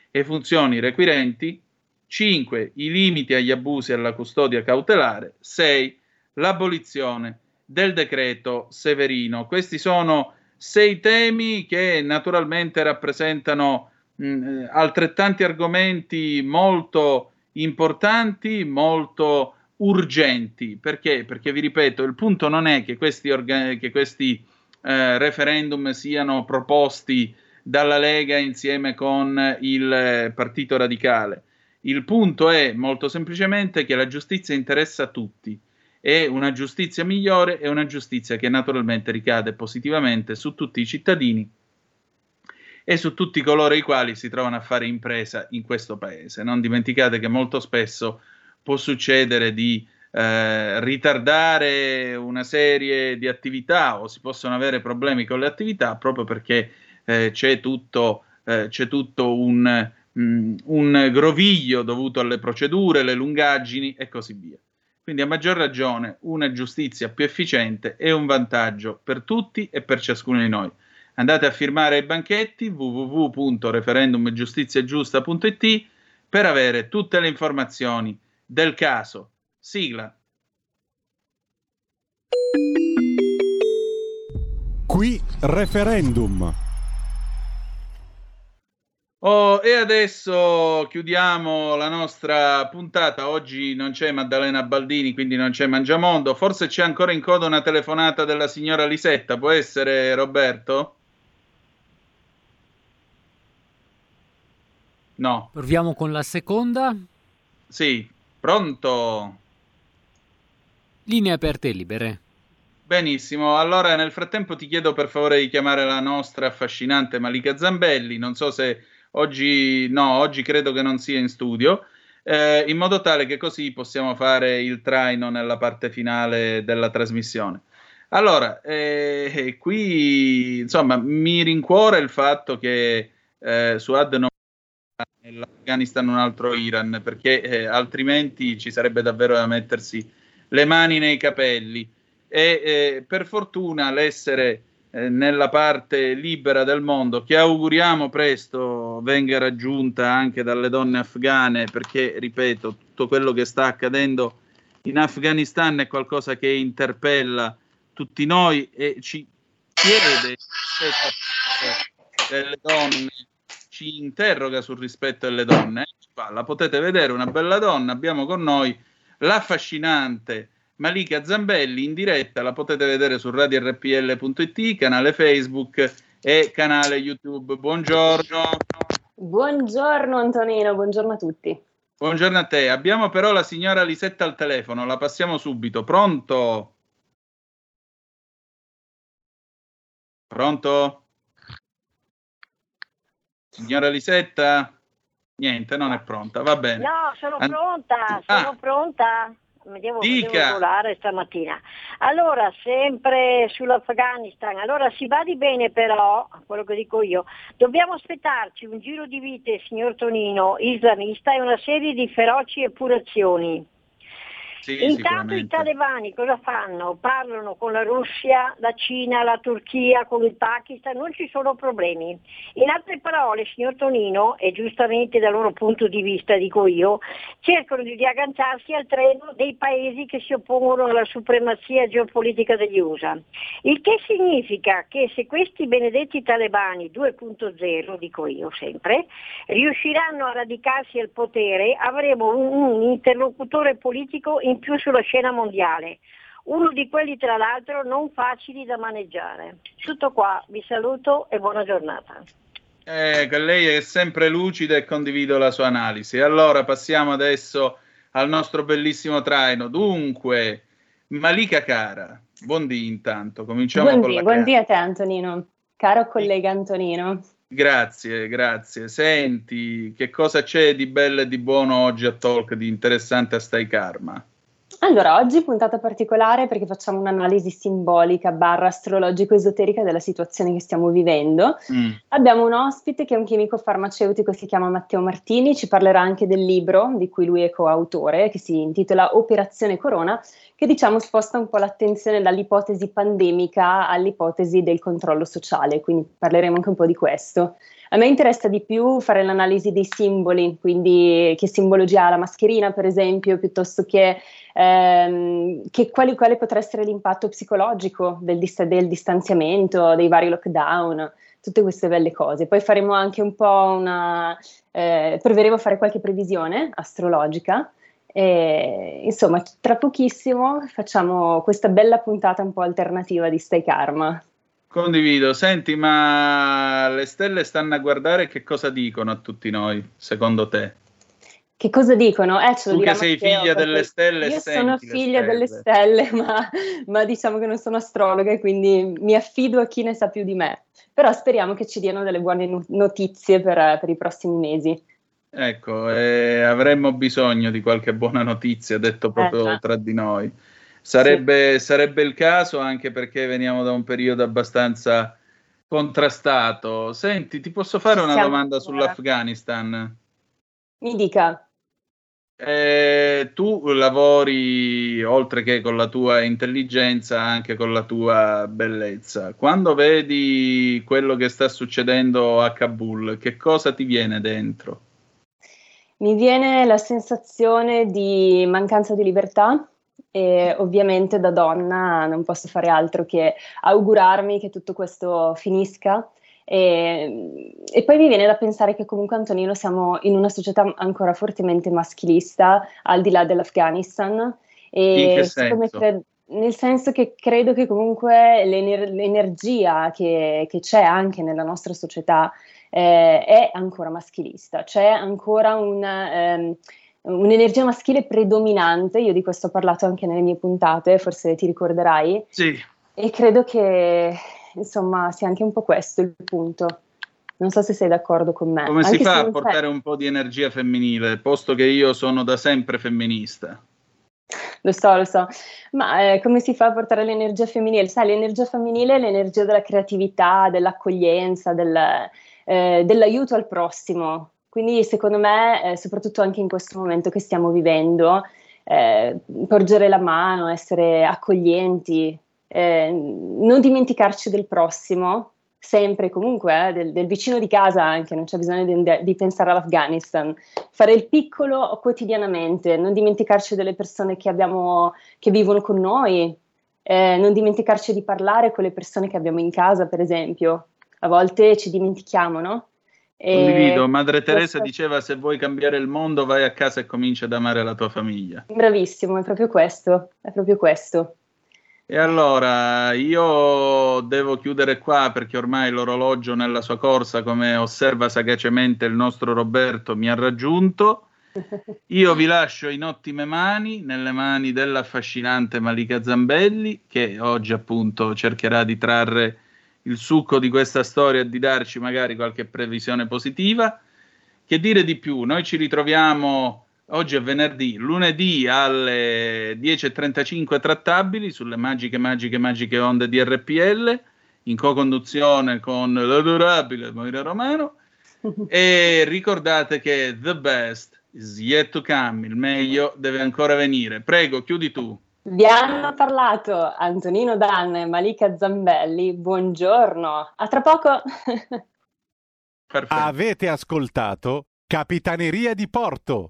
e funzioni requirenti, cinque i limiti agli abusi alla custodia cautelare, sei l'abolizione del decreto Severino. Questi sono sei temi che naturalmente rappresentano mh, altrettanti argomenti molto importanti, molto urgenti. Perché? Perché vi ripeto, il punto non è che questi, orga- che questi eh, referendum siano proposti dalla Lega insieme con il Partito Radicale. Il punto è molto semplicemente che la giustizia interessa a tutti. E una giustizia migliore è una giustizia che naturalmente ricade positivamente su tutti i cittadini e su tutti coloro i quali si trovano a fare impresa in questo paese. Non dimenticate che molto spesso può succedere di eh, ritardare una serie di attività o si possono avere problemi con le attività proprio perché eh, c'è tutto, eh, c'è tutto un, mh, un groviglio dovuto alle procedure, le lungaggini e così via. Quindi a maggior ragione una giustizia più efficiente è un vantaggio per tutti e per ciascuno di noi. Andate a firmare ai banchetti w w w punto referendum giustizia giusta punto i t per avere tutte le informazioni del caso. Sigla. Qui referendum. Oh, e adesso chiudiamo la nostra puntata. Oggi non c'è Maddalena Baldini, quindi non c'è Mangiamondo. Forse c'è ancora in coda una telefonata della signora Lisetta. Può essere, Roberto? No. Proviamo con la seconda. Sì, pronto? Linee aperte e libere. Benissimo, allora nel frattempo ti chiedo per favore di chiamare la nostra affascinante Malika Zambelli. Non so se oggi, no, oggi credo che non sia in studio, eh, in modo tale che così possiamo fare il traino nella parte finale della trasmissione. Allora, eh, qui insomma mi rincuora il fatto che eh, Suad non è l'Afghanistan un altro Iran, perché eh, altrimenti ci sarebbe davvero da mettersi le mani nei capelli. E eh, per fortuna l'essere eh, nella parte libera del mondo, che auguriamo presto venga raggiunta anche dalle donne afghane, perché ripeto, tutto quello che sta accadendo in Afghanistan è qualcosa che interpella tutti noi e ci chiede delle donne, ci interroga sul rispetto delle donne. La potete vedere, una bella donna, abbiamo con noi l'affascinante Malika Zambelli in diretta, la potete vedere su radio R P L punto I T, canale Facebook e canale YouTube. Buongiorno. Buongiorno Antonino, buongiorno a tutti. Buongiorno a te. Abbiamo però la signora Lisetta al telefono, la passiamo subito. Pronto? Pronto? Signora Lisetta? Niente, non è pronta, va bene. No, sono An- pronta, sono ah. pronta. Mi devo, mi Dica. devo volare stamattina. Allora, sempre sull'Afghanistan. Allora, si badi bene però, quello che dico io, dobbiamo aspettarci un giro di vite, signor Tonino, islamista e una serie di feroci epurazioni. Sì, Intanto i talebani cosa fanno? Parlano con la Russia, la Cina, la Turchia, con il Pakistan, non ci sono problemi. In altre parole, signor Tonino, e giustamente dal loro punto di vista dico io, cercano di agganciarsi al treno dei paesi che si oppongono alla supremazia geopolitica degli U S A. Il che significa che se questi benedetti talebani due punto zero, dico io sempre, riusciranno a radicarsi al potere, avremo un, un interlocutore politico in più sulla scena mondiale, uno di quelli tra l'altro non facili da maneggiare. Tutto qua, vi saluto e buona giornata. Eh, lei è sempre lucida e condivido la sua analisi. Allora passiamo adesso al nostro bellissimo traino. Dunque, Malika cara, buondì intanto, cominciamo buondì, con la buondì a te Antonino, caro collega Antonino. Grazie, grazie. Senti, che cosa c'è di bello e di buono oggi a Talk, di interessante a Stai Karma? Allora, oggi puntata particolare perché facciamo un'analisi simbolica barra astrologico-esoterica della situazione che stiamo vivendo. Mm. Abbiamo un ospite che è un chimico farmaceutico, si chiama Matteo Martini, ci parlerà anche del libro di cui lui è coautore, che si intitola Operazione Corona, che diciamo sposta un po' l'attenzione dall'ipotesi pandemica all'ipotesi del controllo sociale, quindi parleremo anche un po' di questo. A me interessa di più fare l'analisi dei simboli, quindi che simbologia ha la mascherina, per esempio, piuttosto che, ehm, che quali, quale potrà essere l'impatto psicologico del, dist- del distanziamento, dei vari lockdown, tutte queste belle cose. Poi faremo anche un po' una... Eh, proveremo a fare qualche previsione astrologica. E, insomma, tra pochissimo facciamo questa bella puntata un po' alternativa di Stay Karma. Condivido. Senti, ma le stelle stanno a guardare, che cosa dicono a tutti noi, secondo te? Che cosa dicono? Eh, ce lo tu dirà che sei Matteo, figlia delle stelle, io senti sono le figlia stelle. delle stelle, ma, ma diciamo che non sono astrologa e quindi mi affido a chi ne sa più di me. Però speriamo che ci diano delle buone no- notizie per, per i prossimi mesi. Ecco, eh, avremmo bisogno di qualche buona notizia, detto proprio Eh, tra di noi. Sarebbe, sì. sarebbe il caso, anche perché veniamo da un periodo abbastanza contrastato. Senti, ti posso fare una Siamo domanda ancora. sull'Afghanistan? Mi dica. Eh, tu lavori, oltre che con la tua intelligenza, anche con la tua bellezza. Quando vedi quello che sta succedendo a Kabul, che cosa ti viene dentro? Mi viene la sensazione di mancanza di libertà e ovviamente da donna non posso fare altro che augurarmi che tutto questo finisca. E, e poi mi viene da pensare che comunque, Antonino, siamo in una società ancora fortemente maschilista, al di là dell'Afghanistan. E In che siccome senso? cre- nel senso che credo che comunque l'ener- l'energia che, che c'è anche nella nostra società eh, è ancora maschilista, c'è ancora una, ehm, un'energia maschile predominante. Io di questo ho parlato anche nelle mie puntate, forse ti ricorderai. Sì. E credo che, insomma, sia anche un po' questo il punto. Non so se sei d'accordo con me. Come Anche si fa se a non portare sei- un po' di energia femminile, posto che io sono da sempre femminista? Lo so, lo so, ma eh, come si fa a portare l'energia femminile? Sai, l'energia femminile è l'energia della creatività, dell'accoglienza, del, eh, dell'aiuto al prossimo. Quindi secondo me, eh, soprattutto anche in questo momento che stiamo vivendo, eh, porgere la mano, essere accoglienti, eh, non dimenticarci del prossimo, sempre e comunque, eh, del, del vicino di casa anche, non c'è bisogno di, di pensare all'Afghanistan. Fare il piccolo quotidianamente, non dimenticarci delle persone che abbiamo, che vivono con noi, eh, non dimenticarci di parlare con le persone che abbiamo in casa, per esempio. A volte ci dimentichiamo, no? E Condivido. Madre Teresa questo- diceva: se vuoi cambiare il mondo, vai a casa e comincia ad amare la tua famiglia. Bravissimo, è proprio questo, è proprio questo. E allora io devo chiudere qua, perché ormai l'orologio nella sua corsa, come osserva sagacemente il nostro Roberto, mi ha raggiunto. Io vi lascio in ottime mani, nelle mani dell'affascinante Malika Zambelli, che oggi appunto cercherà di trarre il succo di questa storia e di darci magari qualche previsione positiva. Che dire di più? Noi ci ritroviamo oggi è venerdì, lunedì alle dieci e trentacinque trattabili sulle magiche, magiche, magiche onde di R P L, in co-conduzione con l'adorabile Moira Romano. E ricordate che the best is yet to come, il meglio deve ancora venire. Prego, chiudi tu. Vi hanno parlato Antonino Danna e Malika Zambelli. Buongiorno, a tra poco. Avete ascoltato Capitaneria di Porto.